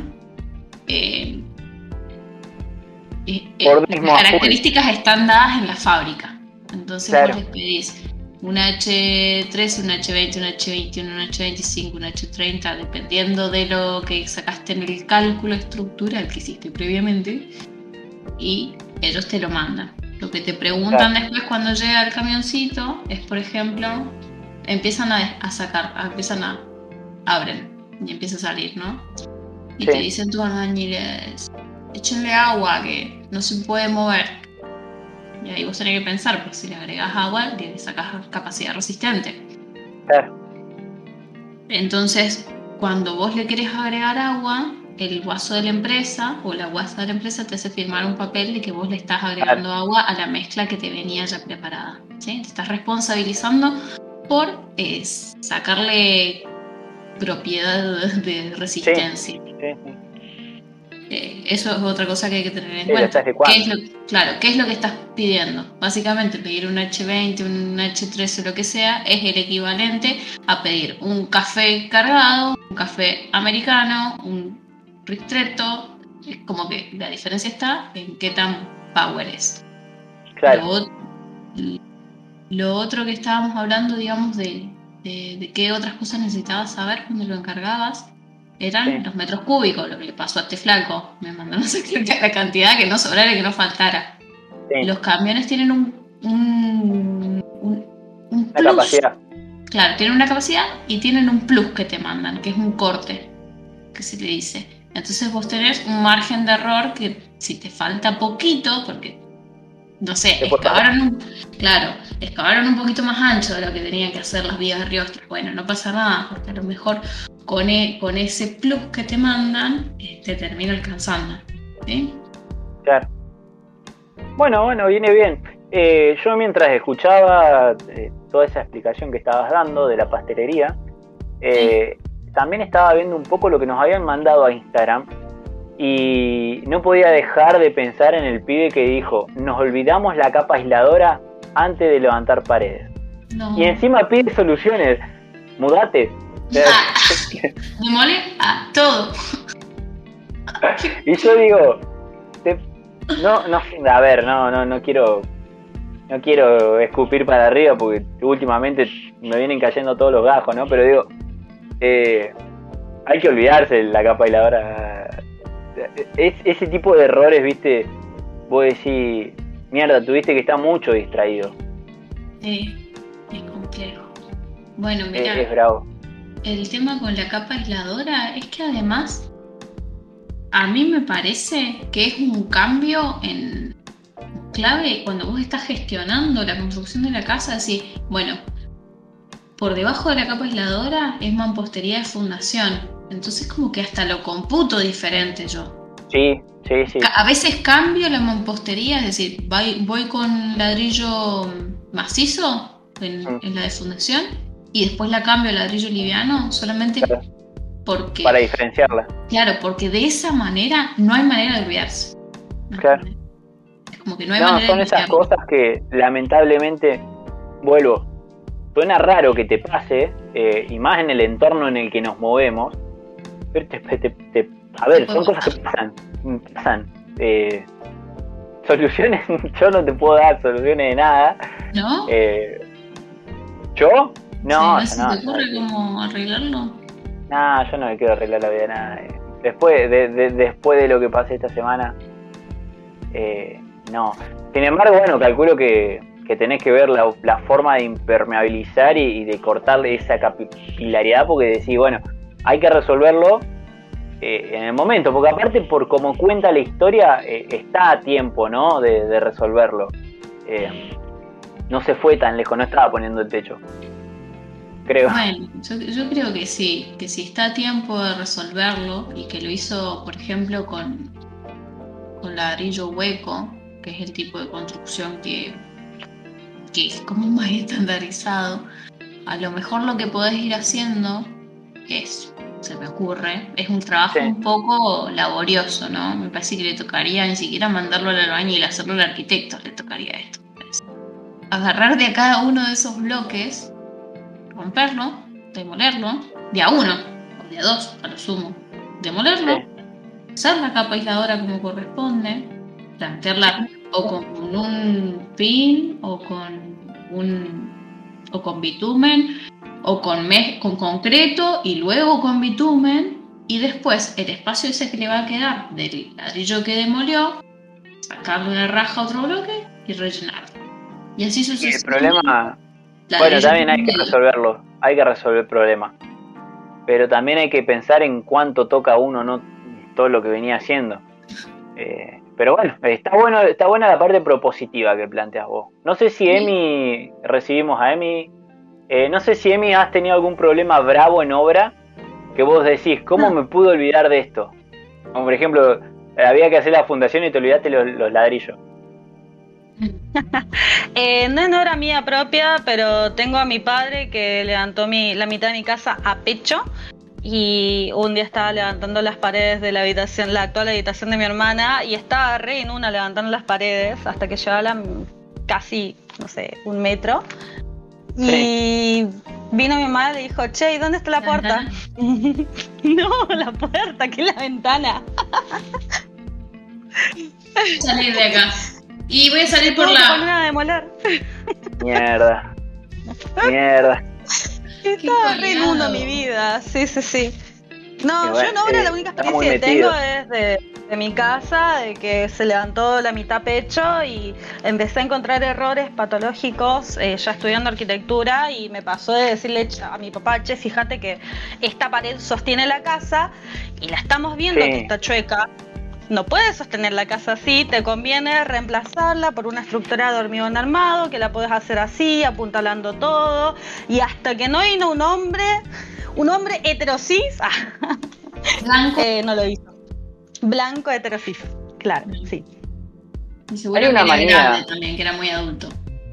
S2: las características están dadas en la fábrica. Entonces vos les pedís un H13, un H20, un H21, un H25, un H30, dependiendo de lo que sacaste en el cálculo estructural que hiciste previamente, y ellos te lo mandan. Lo que te preguntan después cuando llega el camioncito es, por ejemplo, empiezan a sacar, abren y empieza a salir, ¿no? Y te dicen tus albañiles, échenle agua que no se puede mover. Y ahí vos tenés que pensar, pues si le agregás agua, le sacás capacidad resistente.
S1: Claro.
S2: Entonces, cuando vos le querés agregar agua, el guaso de la empresa o la guasa de la empresa te hace firmar un papel de que vos le estás agregando agua a la mezcla que te venía ya preparada, ¿sí? Te estás responsabilizando por sacarle propiedad de resistencia. Eso es otra cosa que hay que tener en cuenta. ¿Qué es lo que estás pidiendo? Básicamente pedir un H20, un H13, lo que sea, es el equivalente a pedir un café cargado, un café americano, un ristretto. Es como que la diferencia está en qué tan power es. Claro. Lo otro que estábamos hablando, digamos, de qué otras cosas necesitabas saber cuando lo encargabas, eran los metros cúbicos, lo que le pasó a este flaco. Me mandaron la cantidad, que no sobrara y que no faltara. Los camiones tienen un plus.
S1: La capacidad.
S2: Claro, tienen una capacidad y tienen un plus que te mandan, que es un corte, que se le dice. Entonces vos tenés un margen de error que si te falta poquito, porque no sé, excavaron un poquito más ancho de lo que tenían que hacer las vías de Riostra. Bueno, no pasa nada, porque a lo mejor con ese plus que te mandan, te termina alcanzando, ¿sí?
S1: Claro. Bueno, viene bien. Yo mientras escuchaba toda esa explicación que estabas dando de la pastelería, también estaba viendo un poco lo que nos habían mandado a Instagram y no podía dejar de pensar en el pibe que dijo, nos olvidamos la capa aisladora antes de levantar paredes.
S2: No.
S1: Y encima pide soluciones. Mudate.
S2: Demole a todo.
S1: Y yo digo, a ver, no quiero escupir para arriba porque últimamente me vienen cayendo todos los gajos, ¿no? Pero digo, hay que olvidarse de la capa aisladora. Ese tipo de errores, viste, vos decís, mierda, tuviste que estar mucho distraído.
S2: Sí, es complejo. Bueno, mirá,
S1: es bravo.
S2: el tema con la capa aisladora es que además a mí me parece que es un cambio en clave cuando vos estás gestionando la construcción de la casa, decís, bueno, por debajo de la capa aisladora es mampostería de fundación, entonces como que hasta lo computo diferente yo.
S1: Sí.
S2: A veces cambio la mampostería, es decir, voy con ladrillo macizo en la de fundación y después la cambio a ladrillo liviano solamente porque...
S1: Para diferenciarla.
S2: Claro, porque de esa manera no hay manera de olvidarse.
S1: Claro.
S2: Es como que no hay manera
S1: son
S2: de
S1: esas
S2: olvidarse.
S1: cosas que lamentablemente, suena raro que te pase, y más en el entorno en el que nos movemos, pero a ver, son cosas que pasan. Soluciones, yo no te puedo dar soluciones de nada.
S2: ¿No?
S1: ¿Yo? No,
S2: ¿Se te ocurre cómo arreglarlo?
S1: No, yo no me quiero arreglar la vida de nada. Después de lo que pasé esta semana, no. Sin embargo, bueno, calculo que tenés que ver la forma de impermeabilizar y de cortarle esa capilaridad, porque decís, bueno, hay que resolverlo en el momento, porque aparte por como cuenta la historia, está a tiempo, ¿no? De resolverlo. No se fue tan lejos, no estaba poniendo el techo. Creo.
S2: Bueno, yo creo que sí, que si está a tiempo de resolverlo y que lo hizo, por ejemplo, con ladrillo hueco, que es el tipo de construcción que es como más estandarizado, a lo mejor lo que podés ir haciendo se me ocurre, es un trabajo un poco laborioso, ¿no? Me parece que le tocaría ni siquiera mandarlo al albañil, hacerlo al arquitecto, le tocaría esto. Agarrar de cada uno de esos bloques, romperlo, demolerlo, de a uno o de a dos a lo sumo, demolerlo, hacer la capa aisladora como corresponde, plantearla o con un pin o con bitumen o con concreto y luego con bitumen, y después el espacio ese que le va a quedar del ladrillo que demolió, sacarle una raja a otro bloque y rellenarlo. Y así sucesivamente.
S1: El problema, bueno, también hay que resolverlo, hay que resolver el problema, pero también hay que pensar en cuánto toca uno, no todo lo que venía haciendo. Pero bueno, está buena la parte propositiva que planteas vos. No sé si recibimos a Emi. No sé si Emi has tenido algún problema bravo en obra que vos decís, ¿cómo me pude olvidar de esto? Como por ejemplo, había que hacer la fundación y te olvidaste los ladrillos.
S4: No era mía propia, pero tengo a mi padre que levantó la mitad de mi casa a pecho. Y un día estaba levantando las paredes de la actual habitación de mi hermana, y estaba re en una levantando las paredes hasta que llegaba casi, no sé, 1 metro. Y vino mi mamá y le dijo, che, ¿y dónde está la puerta? No, la puerta, que es la ventana.
S2: Salir de acá. Y voy a salir por
S4: poner a demoler.
S1: Mierda.
S4: Estaba re en uno mi vida, sí. No, bueno, yo en obra la única experiencia que tengo es de mi casa, de que se levantó la mitad pecho y empecé a encontrar errores patológicos ya estudiando arquitectura, y me pasó de decirle a mi papá, che, fíjate que esta pared sostiene la casa y la estamos viendo que está chueca. No puedes sostener la casa así, te conviene reemplazarla por una estructura de hormigón armado, que la puedes hacer así, apuntalando todo, y hasta que no vino un hombre heterosis,
S2: blanco,
S4: no lo hizo. Blanco heterosis, claro, sí.
S2: Y seguro
S1: una
S2: que
S1: manía
S2: grande también, que era muy adulto.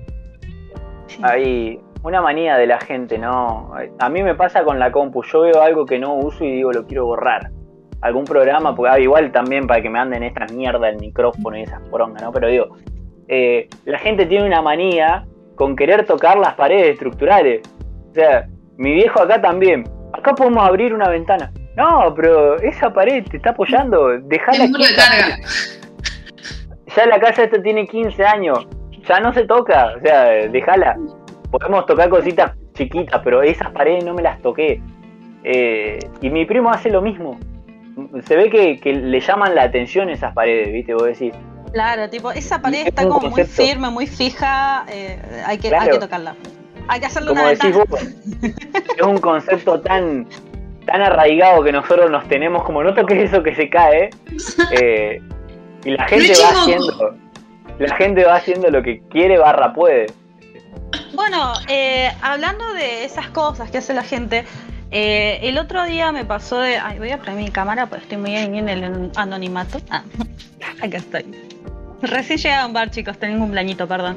S1: Hay una manía de la gente, ¿no? A mí me pasa con la compu, yo veo algo que no uso y digo, lo quiero borrar. Algún programa, porque igual también para que me anden estas mierdas el micrófono y esas porongas, ¿no? Pero digo, la gente tiene una manía con querer tocar las paredes estructurales. O sea, mi viejo acá también. Acá podemos abrir una ventana. No, pero esa pared te está apoyando. Dejala quieta. Ya la casa esta tiene 15 años. Ya no se toca. O sea, dejala. Podemos tocar cositas chiquitas, pero esas paredes no me las toqué. Y mi primo hace lo mismo. Se ve que le llaman la atención esas paredes, ¿viste? Vos decís.
S4: Claro, tipo, esa pared está como muy firme, muy fija, hay que tocarla. Hay que hacerle una ventana. Como decís vos,
S1: es un concepto tan arraigado que nosotros nos tenemos, como no toques eso que se cae, y la gente va haciendo lo que quiere / puede.
S4: Bueno, hablando de esas cosas que hace la gente, el otro día me pasó de... Ay, voy a prender mi cámara porque estoy muy ahí en el anonimato. Acá estoy. Recién llegué a un bar, chicos, tengo un blañito, perdón.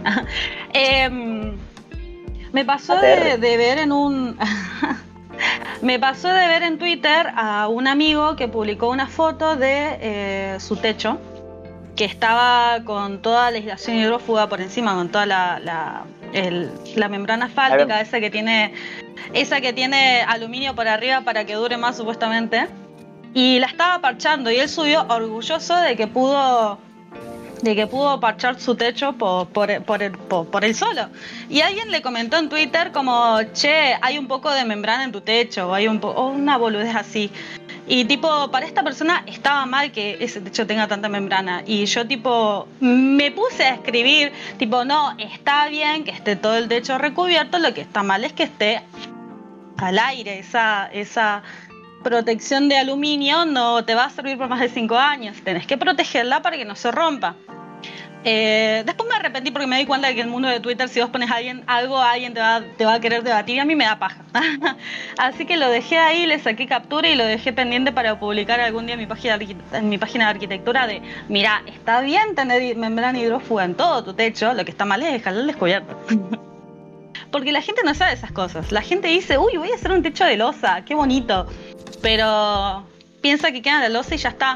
S4: Me pasó de ver en un... Me pasó de ver en Twitter a un amigo que publicó una foto de su techo, que estaba con toda la aislación hidrófuga por encima, con toda la membrana asfáltica, esa que tiene aluminio por arriba para que dure más supuestamente, y la estaba parchando, y él subió orgulloso de que pudo parchar su techo por él solo. Y alguien le comentó en Twitter como, che, hay un poco de membrana en tu techo, o una boludez así. Y tipo, para esta persona estaba mal que ese techo tenga tanta membrana. Y yo tipo, me puse a escribir, tipo, no, está bien que esté todo el techo recubierto, lo que está mal es que esté al aire. Esa protección de aluminio no te va a servir por más de 5 años. Tenés que protegerla para que no se rompa. Después me arrepentí porque me di cuenta de que en el mundo de Twitter, si vos pones alguien te va a querer debatir, y a mí me da paja. Así que lo dejé ahí, le saqué captura y lo dejé pendiente para publicar algún día en mi página de arquitectura de, mira, está bien tener membrana hidrófuga en todo tu techo, lo que está mal es dejarlo al descubierto. Porque la gente no sabe esas cosas. La gente dice, uy, voy a hacer un techo de losa, qué bonito. Pero piensa que queda la losa y ya está.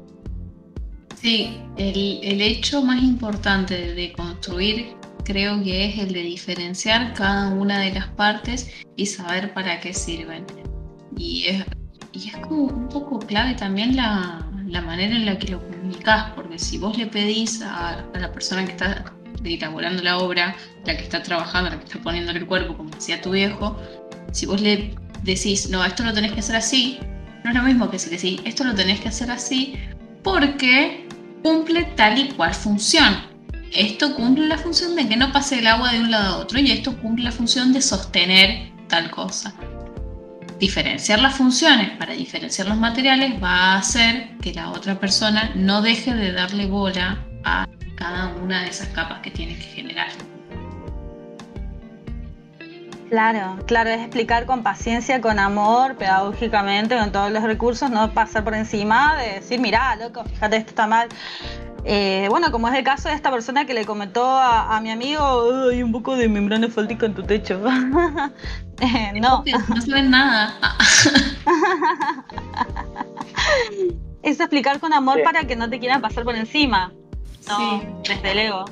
S2: Sí, el hecho más importante de construir creo que es el de diferenciar cada una de las partes y saber para qué sirven. Y es como un poco clave también la manera en la que lo comunicás, porque si vos le pedís a la persona que está elaborando la obra, la que está trabajando, la que está poniéndole el cuerpo, como decía tu viejo, si vos le decís, no, esto lo tenés que hacer así, no es lo mismo que si decís, esto lo tenés que hacer así porque cumple tal y cual función. Esto cumple la función de que no pase el agua de un lado a otro, y esto cumple la función de sostener tal cosa. Diferenciar las funciones para diferenciar los materiales va a hacer que la otra persona no deje de darle bola a cada una de esas capas que tiene que generar.
S4: Claro, es explicar con paciencia, con amor, pedagógicamente, con todos los recursos, no pasar por encima de decir, mirá, loco, fíjate, esto está mal. Bueno, como es el caso de esta persona que le comentó a mi amigo, hay un poco de membrana asfáltica en tu techo. No.
S2: No se ven nada.
S4: Es explicar con amor para que no te quieran pasar por encima. No,
S2: sí.
S4: Desde el ego.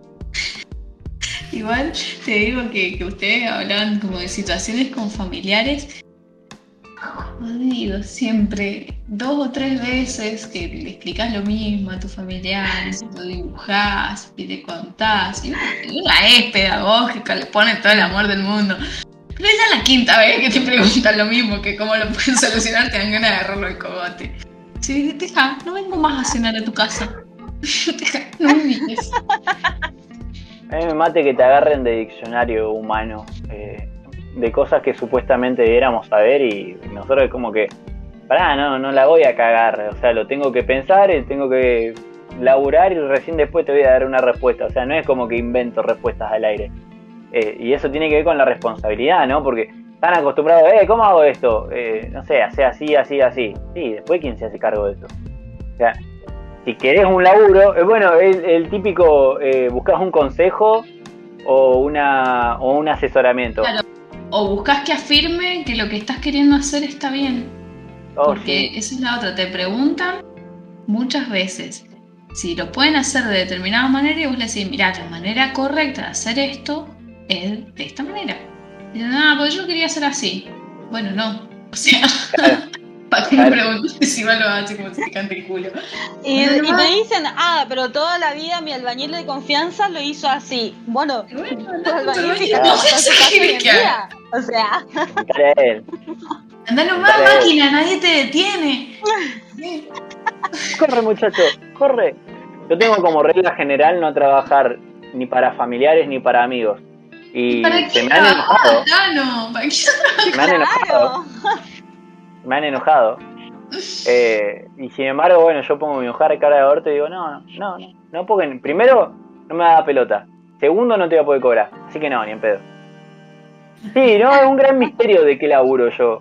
S2: Igual te digo que ustedes hablaban como de situaciones con familiares. Jodido, siempre 2 o 3 veces que le explicás lo mismo a tus familiares, lo dibujás y te contás. Y una es pedagógica, le pones todo el amor del mundo. Pero es la 5ª vez que te preguntan lo mismo, que cómo lo pueden solucionar, te dan ganas de agarrarlo el cogote. Sí, deja, no vengo más a cenar a tu casa. Deja, no me invites.
S1: A mí me mate que te agarren de diccionario humano, de cosas que supuestamente debiéramos saber, y nosotros es como que, pará, no la voy a cagar, o sea, lo tengo que pensar, tengo que laburar y recién después te voy a dar una respuesta, o sea, no es como que invento respuestas al aire. Y eso tiene que ver con la responsabilidad, ¿no? Porque están acostumbrados, ¿cómo hago esto? No sé, hace así. Sí, después ¿quién se hace cargo de eso? O sea, si querés un laburo, bueno, el típico, buscas un consejo o un asesoramiento.
S2: Claro. O buscas que afirme que lo que estás queriendo hacer está bien. Porque esa es la otra, te preguntan muchas veces si lo pueden hacer de determinada manera y vos le decís, mirá, la manera correcta de hacer esto es de esta manera. Y dicen, pues yo quería hacer así. Bueno, no. O sea, claro. ¿Para qué me preguntaste si va lo hace como si te cante el culo?
S4: Y te dicen, pero toda la vida mi albañil de confianza lo hizo así. Bueno, tu albañil fíjate o sea.
S2: Anda nomás, máquina, nadie te detiene.
S1: Corre, muchacho, corre. Yo tengo como regla general no trabajar ni para familiares ni para amigos. Y
S2: ¿para
S1: se me han enojado.
S2: ¿Para qué?
S1: Me han enojado. Y sin embargo, bueno, yo pongo mi hoja de cara de orto y digo, no, porque primero no me da pelota. Segundo, no te voy a poder cobrar. Así que no, ni en pedo. Sí, no, es un gran misterio de qué laburo yo.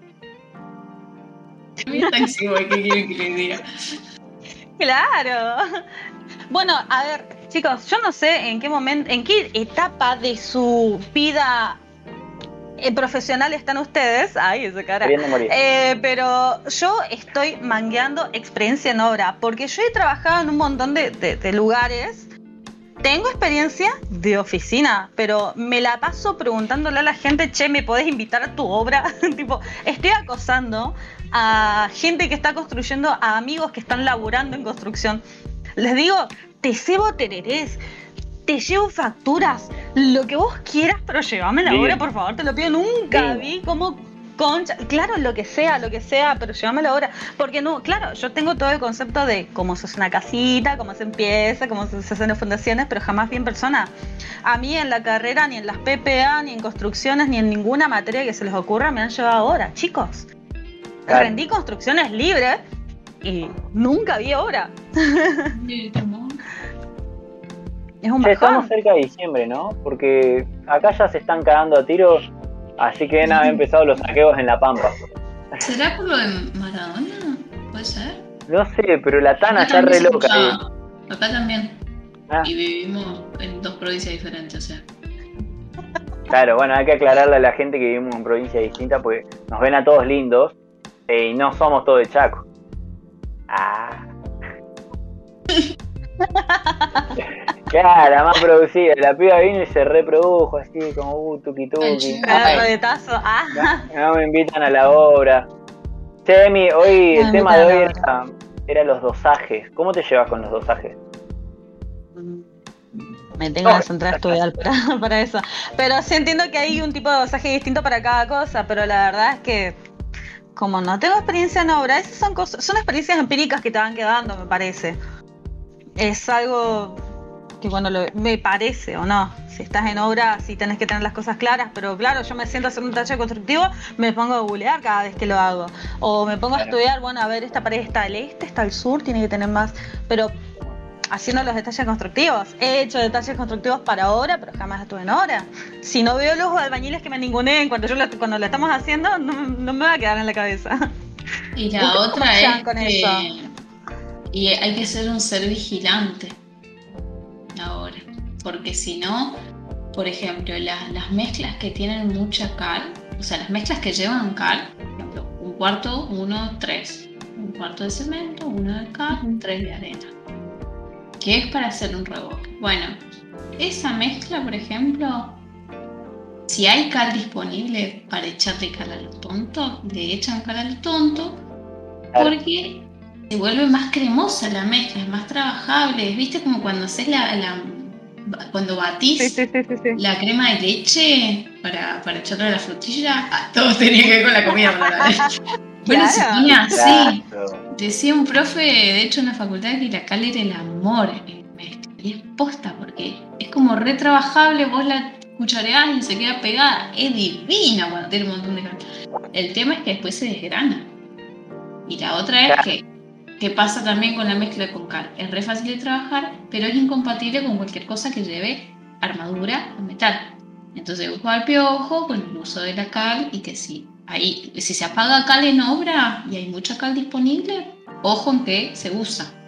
S2: ¿Qué quieren que les diga?
S4: Claro. Bueno, a ver, chicos, yo no sé en qué momento, en qué etapa de su vida profesional están ustedes. Ay, esa cara. Pero yo estoy mangueando experiencia en obra, porque yo he trabajado en un montón de lugares. Tengo experiencia de oficina, pero me la paso preguntándole a la gente, che, ¿me podés invitar a tu obra? Tipo, estoy acosando a gente que está construyendo, a amigos que están laburando en construcción. Les digo, te cebo tererés, te llevo facturas, lo que vos quieras, pero llévame la obra, por favor, te lo pido. Nunca vi cómo concha, claro, lo que sea, pero llévame la obra. Porque no, claro, yo tengo todo el concepto de cómo se hace una casita, cómo se empieza, cómo se hacen las fundaciones, pero jamás vi en persona. A mí en la carrera, ni en las PPA, ni en construcciones, ni en ninguna materia que se les ocurra me han llevado obra, chicos. Claro. Rendí construcciones libres y nunca vi obra. Es un bajón.
S1: Estamos cerca de diciembre, ¿no? Porque acá ya se están cagando a tiros, así que han empezado los saqueos en La Pampa.
S2: ¿Será por lo de Maradona? ¿Puede ser?
S1: No sé, pero la Tana está re loca.
S2: Acá también. Y vivimos en 2 provincias diferentes, o sea.
S1: Claro, bueno, hay que aclararle a la gente que vivimos en provincias distintas porque nos ven a todos lindos y no somos todos de Chaco. Claro, la más producida. La piba vino y se reprodujo así como tuki tuki. No me invitan a la obra. Che, Emi, hoy el tema de hoy era los dosajes. ¿Cómo te llevas con los dosajes?
S4: Me tengo que centrar a estudiar para eso. Pero sí entiendo que hay un tipo de dosaje distinto para cada cosa, pero la verdad es que como no tengo experiencia en obra, esas son experiencias empíricas que te van quedando, me parece. Es algo que bueno, me parece o no. Si estás en obra, sí tenés que tener las cosas claras, pero claro, yo me siento a hacer un taller constructivo, me pongo a googlear cada vez que lo hago. O me pongo a estudiar, bueno, a ver, esta pared está al este, está al sur, tiene que tener más. Pero haciendo los detalles constructivos. He hecho detalles constructivos para obra, pero jamás estuve en obra. Si no veo los albañiles que me ninguneen cuando lo estamos haciendo, no me va a quedar en la cabeza.
S2: Y la otra es que y hay que ser un ser vigilante ahora, porque si no, por ejemplo, las mezclas que tienen mucha cal, o sea, las mezclas que llevan cal, por ejemplo, un cuarto, 1, 3, un cuarto de cemento, 1 de cal, 3 de arena, que es para hacer un revoque. Bueno, esa mezcla, por ejemplo, si hay cal disponible para echarle cal a lo tonto, le echan cal a lo tonto, porque se vuelve más cremosa la mezcla, es más trabajable. ¿Viste como cuando haces cuando batís la crema de leche para echarle a la frutilla? Todo tenía que ver con la comida para la leche. Bueno, se pone así. Decía un profe, de hecho en la facultad, que la cal era el amor en mezcla. Y es posta, porque es como re trabajable, vos la cuchareás y se queda pegada. Es divina cuando tiene un montón de cal. El tema es que después se desgrana. Y la otra es que ¿qué pasa también con la mezcla con cal? Es re fácil de trabajar, pero es incompatible con cualquier cosa que lleve armadura o metal. Entonces, ojo al piojo con el uso de la cal, y que si se apaga cal en obra y hay mucha cal disponible, ojo en que se usa.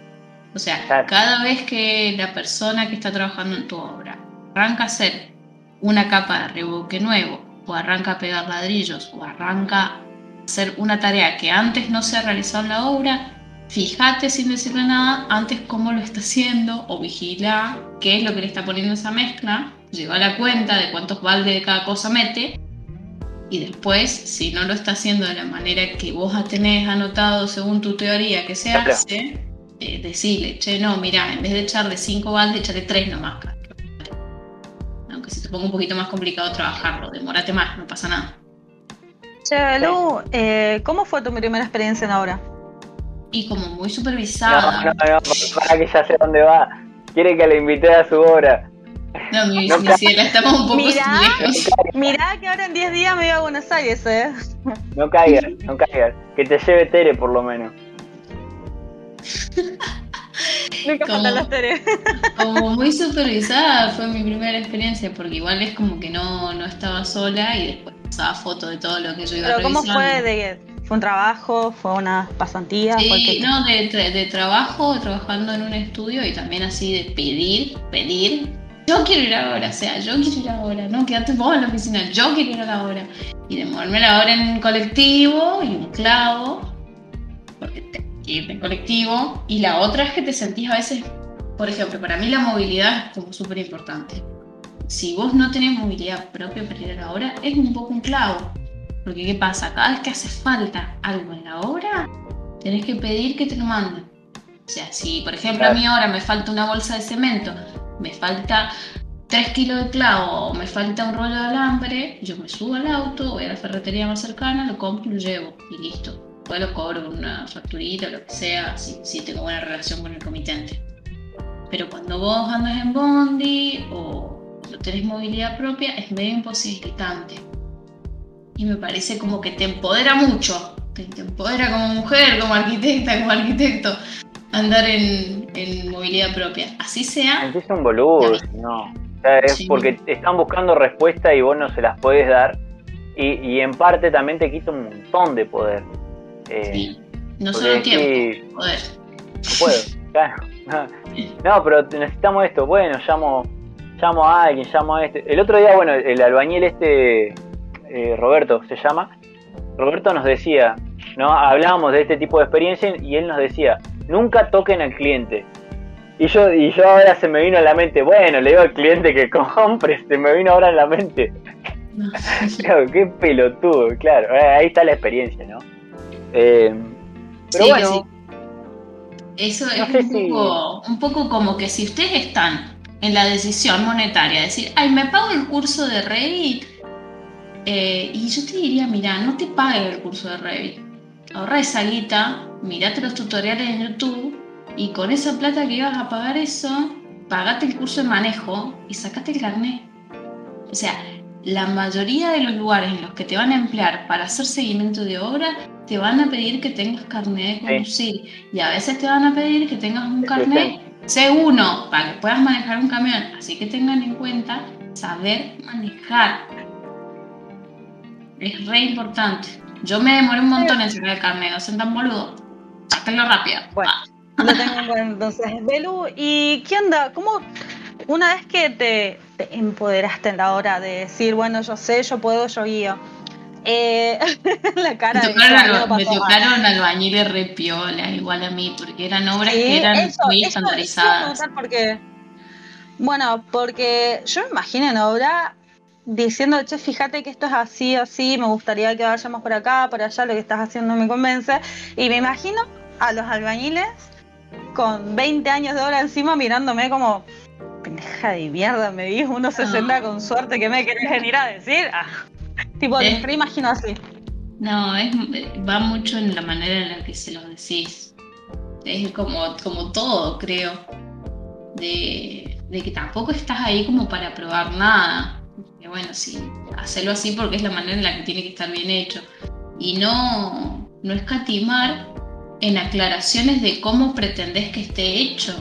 S2: O sea,
S1: Claro.
S2: cada vez que la persona que está trabajando en tu obra arranca a hacer una capa de revoque nuevo, o arranca a pegar ladrillos, o arranca a hacer una tarea que antes no se ha realizado en la obra, fíjate sin decirle nada antes cómo lo está haciendo, o vigila qué es lo que le está poniendo esa mezcla, lleva la cuenta de cuántos baldes de cada cosa mete, y después, si no lo está haciendo de la manera que vos tenés anotado según tu teoría que se
S1: Claro.
S2: hace, decirle, che, no, mirá, en vez de echarle 5 baldes, echarle 3 nomás. Aunque se te ponga un poquito más complicado trabajarlo, demórate más, no pasa nada.
S4: Che, Lu, ¿cómo fue tu primera experiencia en obra?
S2: Y como muy supervisada.
S1: No, para que ya sé dónde va. Quiere que le invite a su obra.
S2: No, mi
S1: No
S2: ciela, estamos un poco
S4: Mirá.
S2: lejos.
S4: Mirá que ahora en 10 días me voy a Buenos Aires,
S1: No caigas. Que te lleve Tere por lo menos.
S4: Nunca
S2: ¿Cómo?
S4: faltan las Tere.
S2: Como muy supervisada fue mi primera experiencia, porque igual es como que no estaba sola y después pasaba fotos de todo lo que yo iba
S4: Pero ¿cómo
S2: revisando.
S4: fue un trabajo? ¿Fue una pasantía? ¿Fue
S2: Sí,
S4: qué?
S2: no, de trabajo, trabajando en un estudio y también así de pedir. Yo quiero ir ahora, o sea, yo quiero ir ahora, no, quédate vos en la oficina, yo quiero ir a la hora. Y demorarme la hora en colectivo y un clavo, porque te ir en colectivo. Y la otra es que te sentís a veces, por ejemplo, para mí la movilidad es como súper importante. Si vos no tenés movilidad propia para ir a la hora, es un poco un clavo. Porque ¿qué pasa? Cada vez que hace falta algo en la obra, tenés que pedir que te lo manden. O sea, si por ejemplo a mí ahora me falta una bolsa de cemento, me falta 3 kilos de clavo o me falta un rollo de alambre, yo me subo al auto, voy a la ferretería más cercana, lo compro y lo llevo y listo. Después lo cobro con una facturita o lo que sea, si tengo buena relación con el comitente. Pero cuando vos andas en bondi o no tenés movilidad propia, es medio imposibilitante. Y me parece como que te empodera mucho, te empodera como mujer, como arquitecta, como arquitecto, andar en movilidad propia. Así sea.
S1: Es un boludo, no. O sea, es porque están buscando respuesta y vos no se las podés dar. Y en parte también te quita un montón de poder.
S2: Sí, no solo tiempo, poder.
S1: No puedo, claro. No, pero necesitamos esto. Bueno, llamo a alguien, llamo a este. El otro día, bueno, el albañil Roberto se llama. Roberto nos decía, ¿no? Hablábamos de este tipo de experiencia y él nos decía, nunca toquen al cliente. Y yo ahora se me vino a la mente, bueno, le digo al cliente que compre, se me vino ahora en la mente. No. Claro, qué pelotudo, claro, ahí está la experiencia, ¿no? Pero
S2: sí,
S1: bueno.
S2: Sí. Eso no es un poco como que si ustedes están en la decisión monetaria, decir, ay, me pago el curso de Revit, y yo te diría, mira, no te pagues el curso de Revit, ahorra esa guita, mirate los tutoriales en YouTube y con esa plata que ibas a pagar eso, pagate el curso de manejo y sacate el carnet. O sea, la mayoría de los lugares en los que te van a emplear para hacer seguimiento de obra te van a pedir que tengas carnet de conducir, y a veces te van a pedir que tengas un carnet C1 para que puedas manejar un camión, así que tengan en cuenta saber manejar. Es re importante. Yo me demoré un montón en sacar el carnet, no sean tan boludo. Sáquenlo rápido.
S4: Bueno, lo tengo en cuenta entonces. Belu, ¿y qué onda? ¿Cómo una vez que te empoderaste en la hora de decir, bueno, yo sé, yo puedo, yo guío? La cara
S2: me tocaron albañiles re piola, igual a mí, porque eran obras que eran muy estandarizadas.
S4: Porque yo me imagino en obra diciendo, che, fíjate que esto es así, así, me gustaría que vayamos por acá, por allá, lo que estás haciendo me convence. Y me imagino a los albañiles con 20 años de obra encima mirándome como, pendeja de mierda, me dijo 1.60 con suerte, ¿qué me querés venir a decir? Tipo, les reimagino así.
S2: No, va mucho en la manera en la que se los decís. Es como todo, creo. De que tampoco estás ahí como para probar nada. Que bueno, sí, hacerlo así porque es la manera en la que tiene que estar bien hecho. Y no escatimar en aclaraciones de cómo pretendés que esté hecho.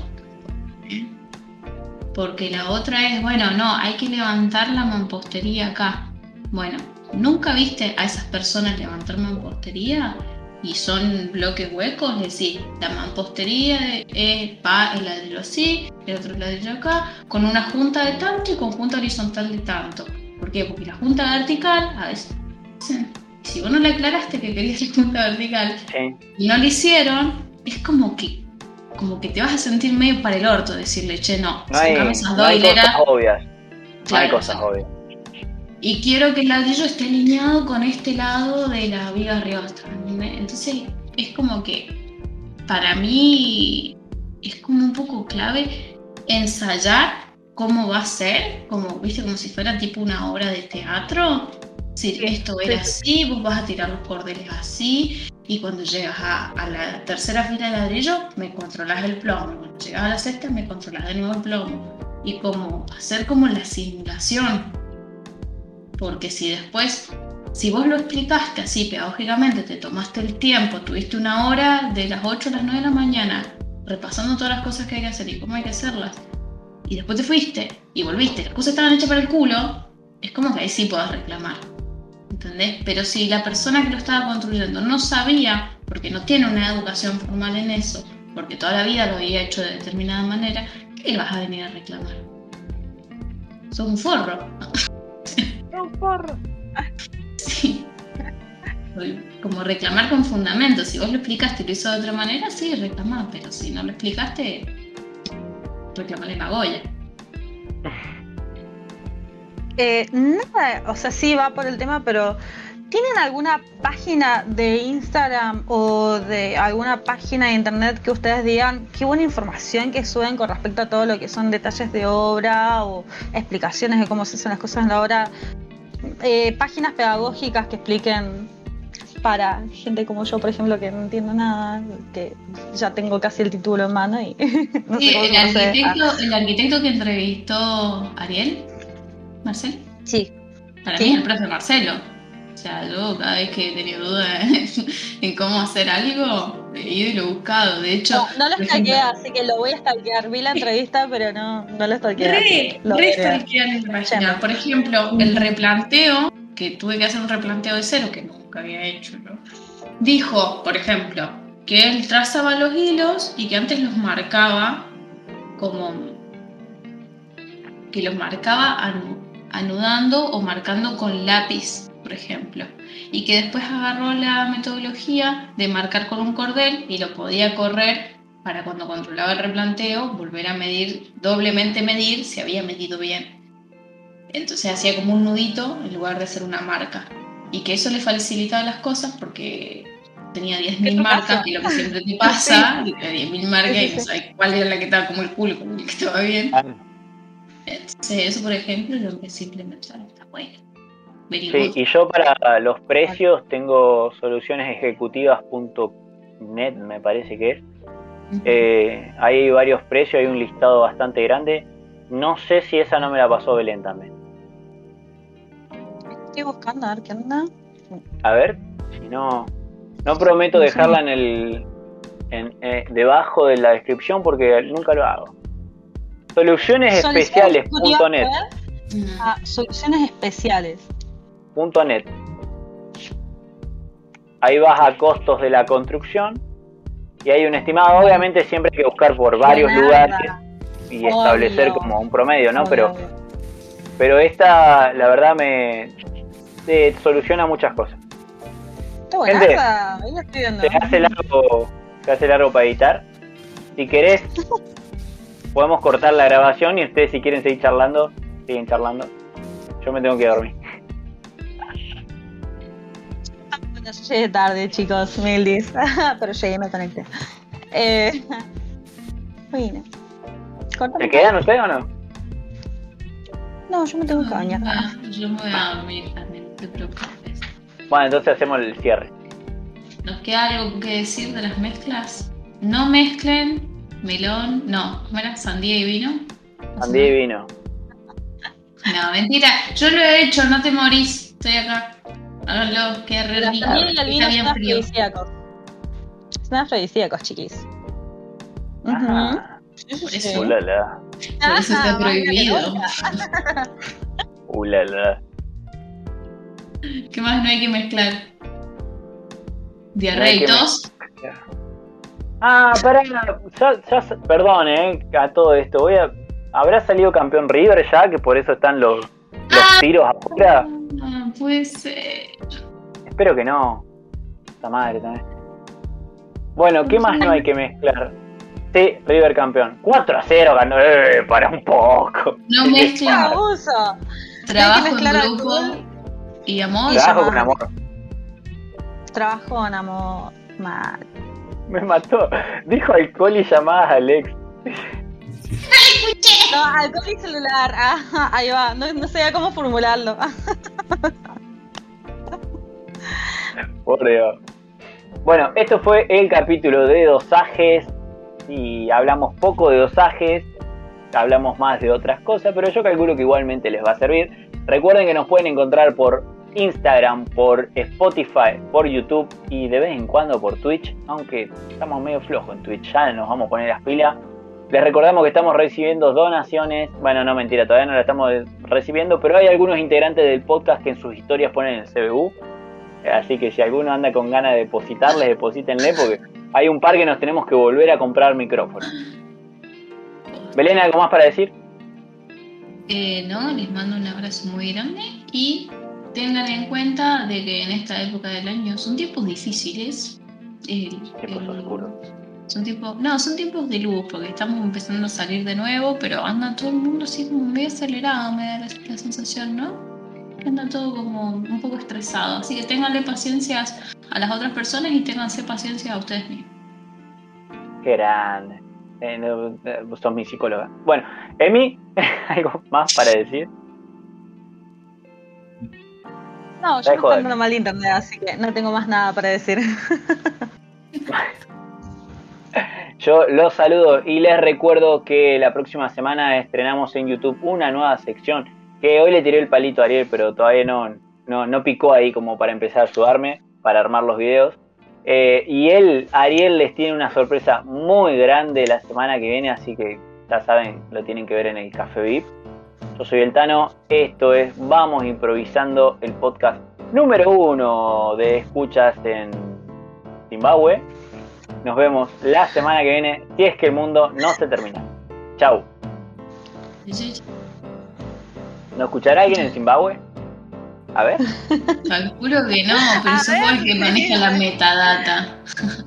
S2: Porque la otra es, bueno, no, hay que levantar la mampostería acá. Bueno, ¿nunca viste a esas personas levantar mampostería? y son bloques huecos, es decir, la mampostería el ladrillo así, el otro ladrillo acá, con una junta de tanto y con junta horizontal de tanto. ¿Por qué? Porque la junta vertical, a veces, si vos no le aclaraste que querías la junta vertical y no lo hicieron, es como que te vas a sentir medio para el orto decirle, che, no
S1: hay
S2: esas dos hileras.
S1: Cosas obvias.
S2: Claro,
S1: no hay cosas obvias.
S2: Y quiero que el ladrillo esté alineado con este lado de la viga riostra. Entonces es como que para mí es como un poco clave ensayar cómo va a ser, como si fuera tipo una obra de teatro. Si esto era así, vos vas a tirar los cordeles así, y cuando llegas a la tercera fila de ladrillo me controlas el plomo, cuando llegas a la sexta me controlas de nuevo el plomo, y como hacer como la simulación. Porque si vos lo explicaste así pedagógicamente, te tomaste el tiempo, tuviste una hora de las 8 a las 9 de la mañana repasando todas las cosas que hay que hacer y cómo hay que hacerlas, y después te fuiste y volviste, las cosas estaban hechas para el culo, es como que ahí sí podés reclamar, ¿entendés? Pero si la persona que lo estaba construyendo no sabía, porque no tiene una educación formal en eso, porque toda la vida lo había hecho de determinada manera, ¿qué le vas a venir a reclamar? Sos un forro.
S4: Un porro.
S2: Sí. Como reclamar con fundamento. Si vos lo explicaste y lo hizo de otra manera, sí, reclamá. Pero si no lo explicaste, reclamale la Goya.
S4: Nada, o sea, sí va por el tema, pero ¿tienen alguna página de Instagram o de alguna página de internet que ustedes digan qué buena información que suben con respecto a todo lo que son detalles de obra o explicaciones de cómo se hacen las cosas en la obra? Páginas pedagógicas que expliquen para gente como yo, por ejemplo, que no entiendo nada, que ya tengo casi el título en mano y no sé cómo
S2: el arquitecto que entrevistó Ariel, Marcel.
S4: Sí.
S2: Para mí es el profe Marcelo. O sea, yo cada vez que he tenido dudas en cómo hacer algo, he ido y lo he buscado. De hecho,
S4: no lo stalkeé, así que lo voy a stalkear. Vi la entrevista, pero no lo stalkeé.
S2: Stalkear en la página. Por ejemplo, el replanteo, que tuve que hacer un replanteo de cero, que nunca había hecho, ¿no? Dijo, por ejemplo, que él trazaba los hilos y que antes los marcaba que los marcaba anudando o marcando con lápiz, por ejemplo, y que después agarró la metodología de marcar con un cordel y lo podía correr para cuando controlaba el replanteo volver a medir, doblemente medir si había medido bien. Entonces hacía como un nudito en lugar de hacer una marca, y que eso le facilitaba las cosas porque tenía 10.000 marcas, que es lo que siempre te pasa, sí. 10.000 marcas y no sabes cuál era la que estaba como el culo, cuál era la que estaba bien. Entonces eso, por ejemplo, es lo que se implementaron, está bueno.
S1: Sí, y yo para los precios tengo solucionesejecutivas.net, me parece que es. Hay varios precios, hay un listado bastante grande. No sé si esa no me la pasó Belén también.
S4: Estoy buscando a ver qué onda.
S1: A ver, si no prometo dejarla debajo de la descripción porque nunca lo hago. Solucionesespeciales.net.
S4: Solucionesespeciales.net.
S1: Ahí vas a costos de la construcción y hay un estimado. Obviamente siempre hay que buscar por varios lugares y establecer como un promedio, ¿no? Pero esta, la verdad, me soluciona muchas cosas.
S4: Está buena.
S1: Gente,
S4: ahí la estoy viendo.
S1: Se hace largo para editar. Si querés, podemos cortar la grabación y ustedes, si quieren seguir charlando, siguen charlando. Yo me tengo que dormir.
S4: Bueno, yo llegué tarde, chicos, mil dis. Pero llegué, me conecté. Bueno.
S1: ¿Se quedan ustedes o no?
S4: No, yo me tengo que bañar.
S2: Yo me voy a dormir también, no te preocupes.
S1: Bueno, entonces hacemos el cierre.
S2: ¿Nos queda algo que decir de las mezclas? No mezclen melón, no, ¿cómo era? ¿Sandía y vino?
S1: Sandía y vino.
S2: No, mentira, yo lo he hecho, no te morís, estoy acá. Háganlo, queda re rico.
S4: Está bien frío. Son afrodisíacos, chiquis.
S2: Por eso,
S1: ulala.
S2: Por eso está prohibido.
S1: Ulala.
S2: ¿Qué más no hay que mezclar? diarrea y tos.
S1: Pará, perdón, a todo esto. ¿Habrá salido campeón River ya? Que por eso están los tiros afuera.
S2: No, puede ser.
S1: Espero que no. Esta madre también. Bueno, ¿qué más no hay que mezclar? Sí, River campeón. 4-0 ganó. Para un poco.
S2: No mezcla trabajo en grupo y amor.
S1: Trabajo con amor.
S4: Trabajo con amor. Mal.
S1: Me mató. Dijo alcohol y llamadas a Alex.
S4: No, alcohol y celular. Ahí va. No sabía cómo formularlo.
S1: Por Dios. Bueno, esto fue el capítulo de dosajes. Y hablamos poco de dosajes. Hablamos más de otras cosas, pero yo calculo que igualmente les va a servir. Recuerden que nos pueden encontrar por Instagram, por Spotify, por YouTube y de vez en cuando por Twitch, aunque estamos medio flojos en Twitch, ya nos vamos a poner las pilas. Les recordamos que estamos recibiendo donaciones, bueno, no, mentira, todavía no la estamos recibiendo, pero hay algunos integrantes del podcast que en sus historias ponen el CBU, así que si alguno anda con ganas de depositarles, deposítenle, porque hay un par que nos tenemos que volver a comprar micrófonos. Belén, ¿algo más para decir?
S2: No, les mando un abrazo muy grande y tengan en cuenta de que en esta época del año son tiempos difíciles.
S1: Tiempos oscuros.
S2: Son tiempos de luz, porque estamos empezando a salir de nuevo, pero anda todo el mundo así como medio acelerado, me da la sensación, ¿no? Que anda todo como un poco estresado. Así que ténganle paciencia a las otras personas y ténganse paciencia a ustedes mismos.
S1: Qué grande. Vos sos mi psicóloga. Bueno, Emi, ¿algo más para decir?
S4: No, yo me estoy dando mal internet, así que no tengo más nada para decir.
S1: Yo los saludo y les recuerdo que la próxima semana estrenamos en YouTube una nueva sección que hoy le tiré el palito a Ariel, pero todavía no picó ahí como para empezar a ayudarme para armar los videos. Y Ariel les tiene una sorpresa muy grande la semana que viene, así que ya saben, lo tienen que ver en el Café VIP. Yo soy el Tano, esto es Vamos Improvisando, el podcast número 1 de escuchas en Zimbabue. Nos vemos la semana que viene, si es que el mundo no se termina. Chau. ¿No escuchará alguien en Zimbabue? A ver.
S2: Calculo que no, pero supongo que maneja la metadata.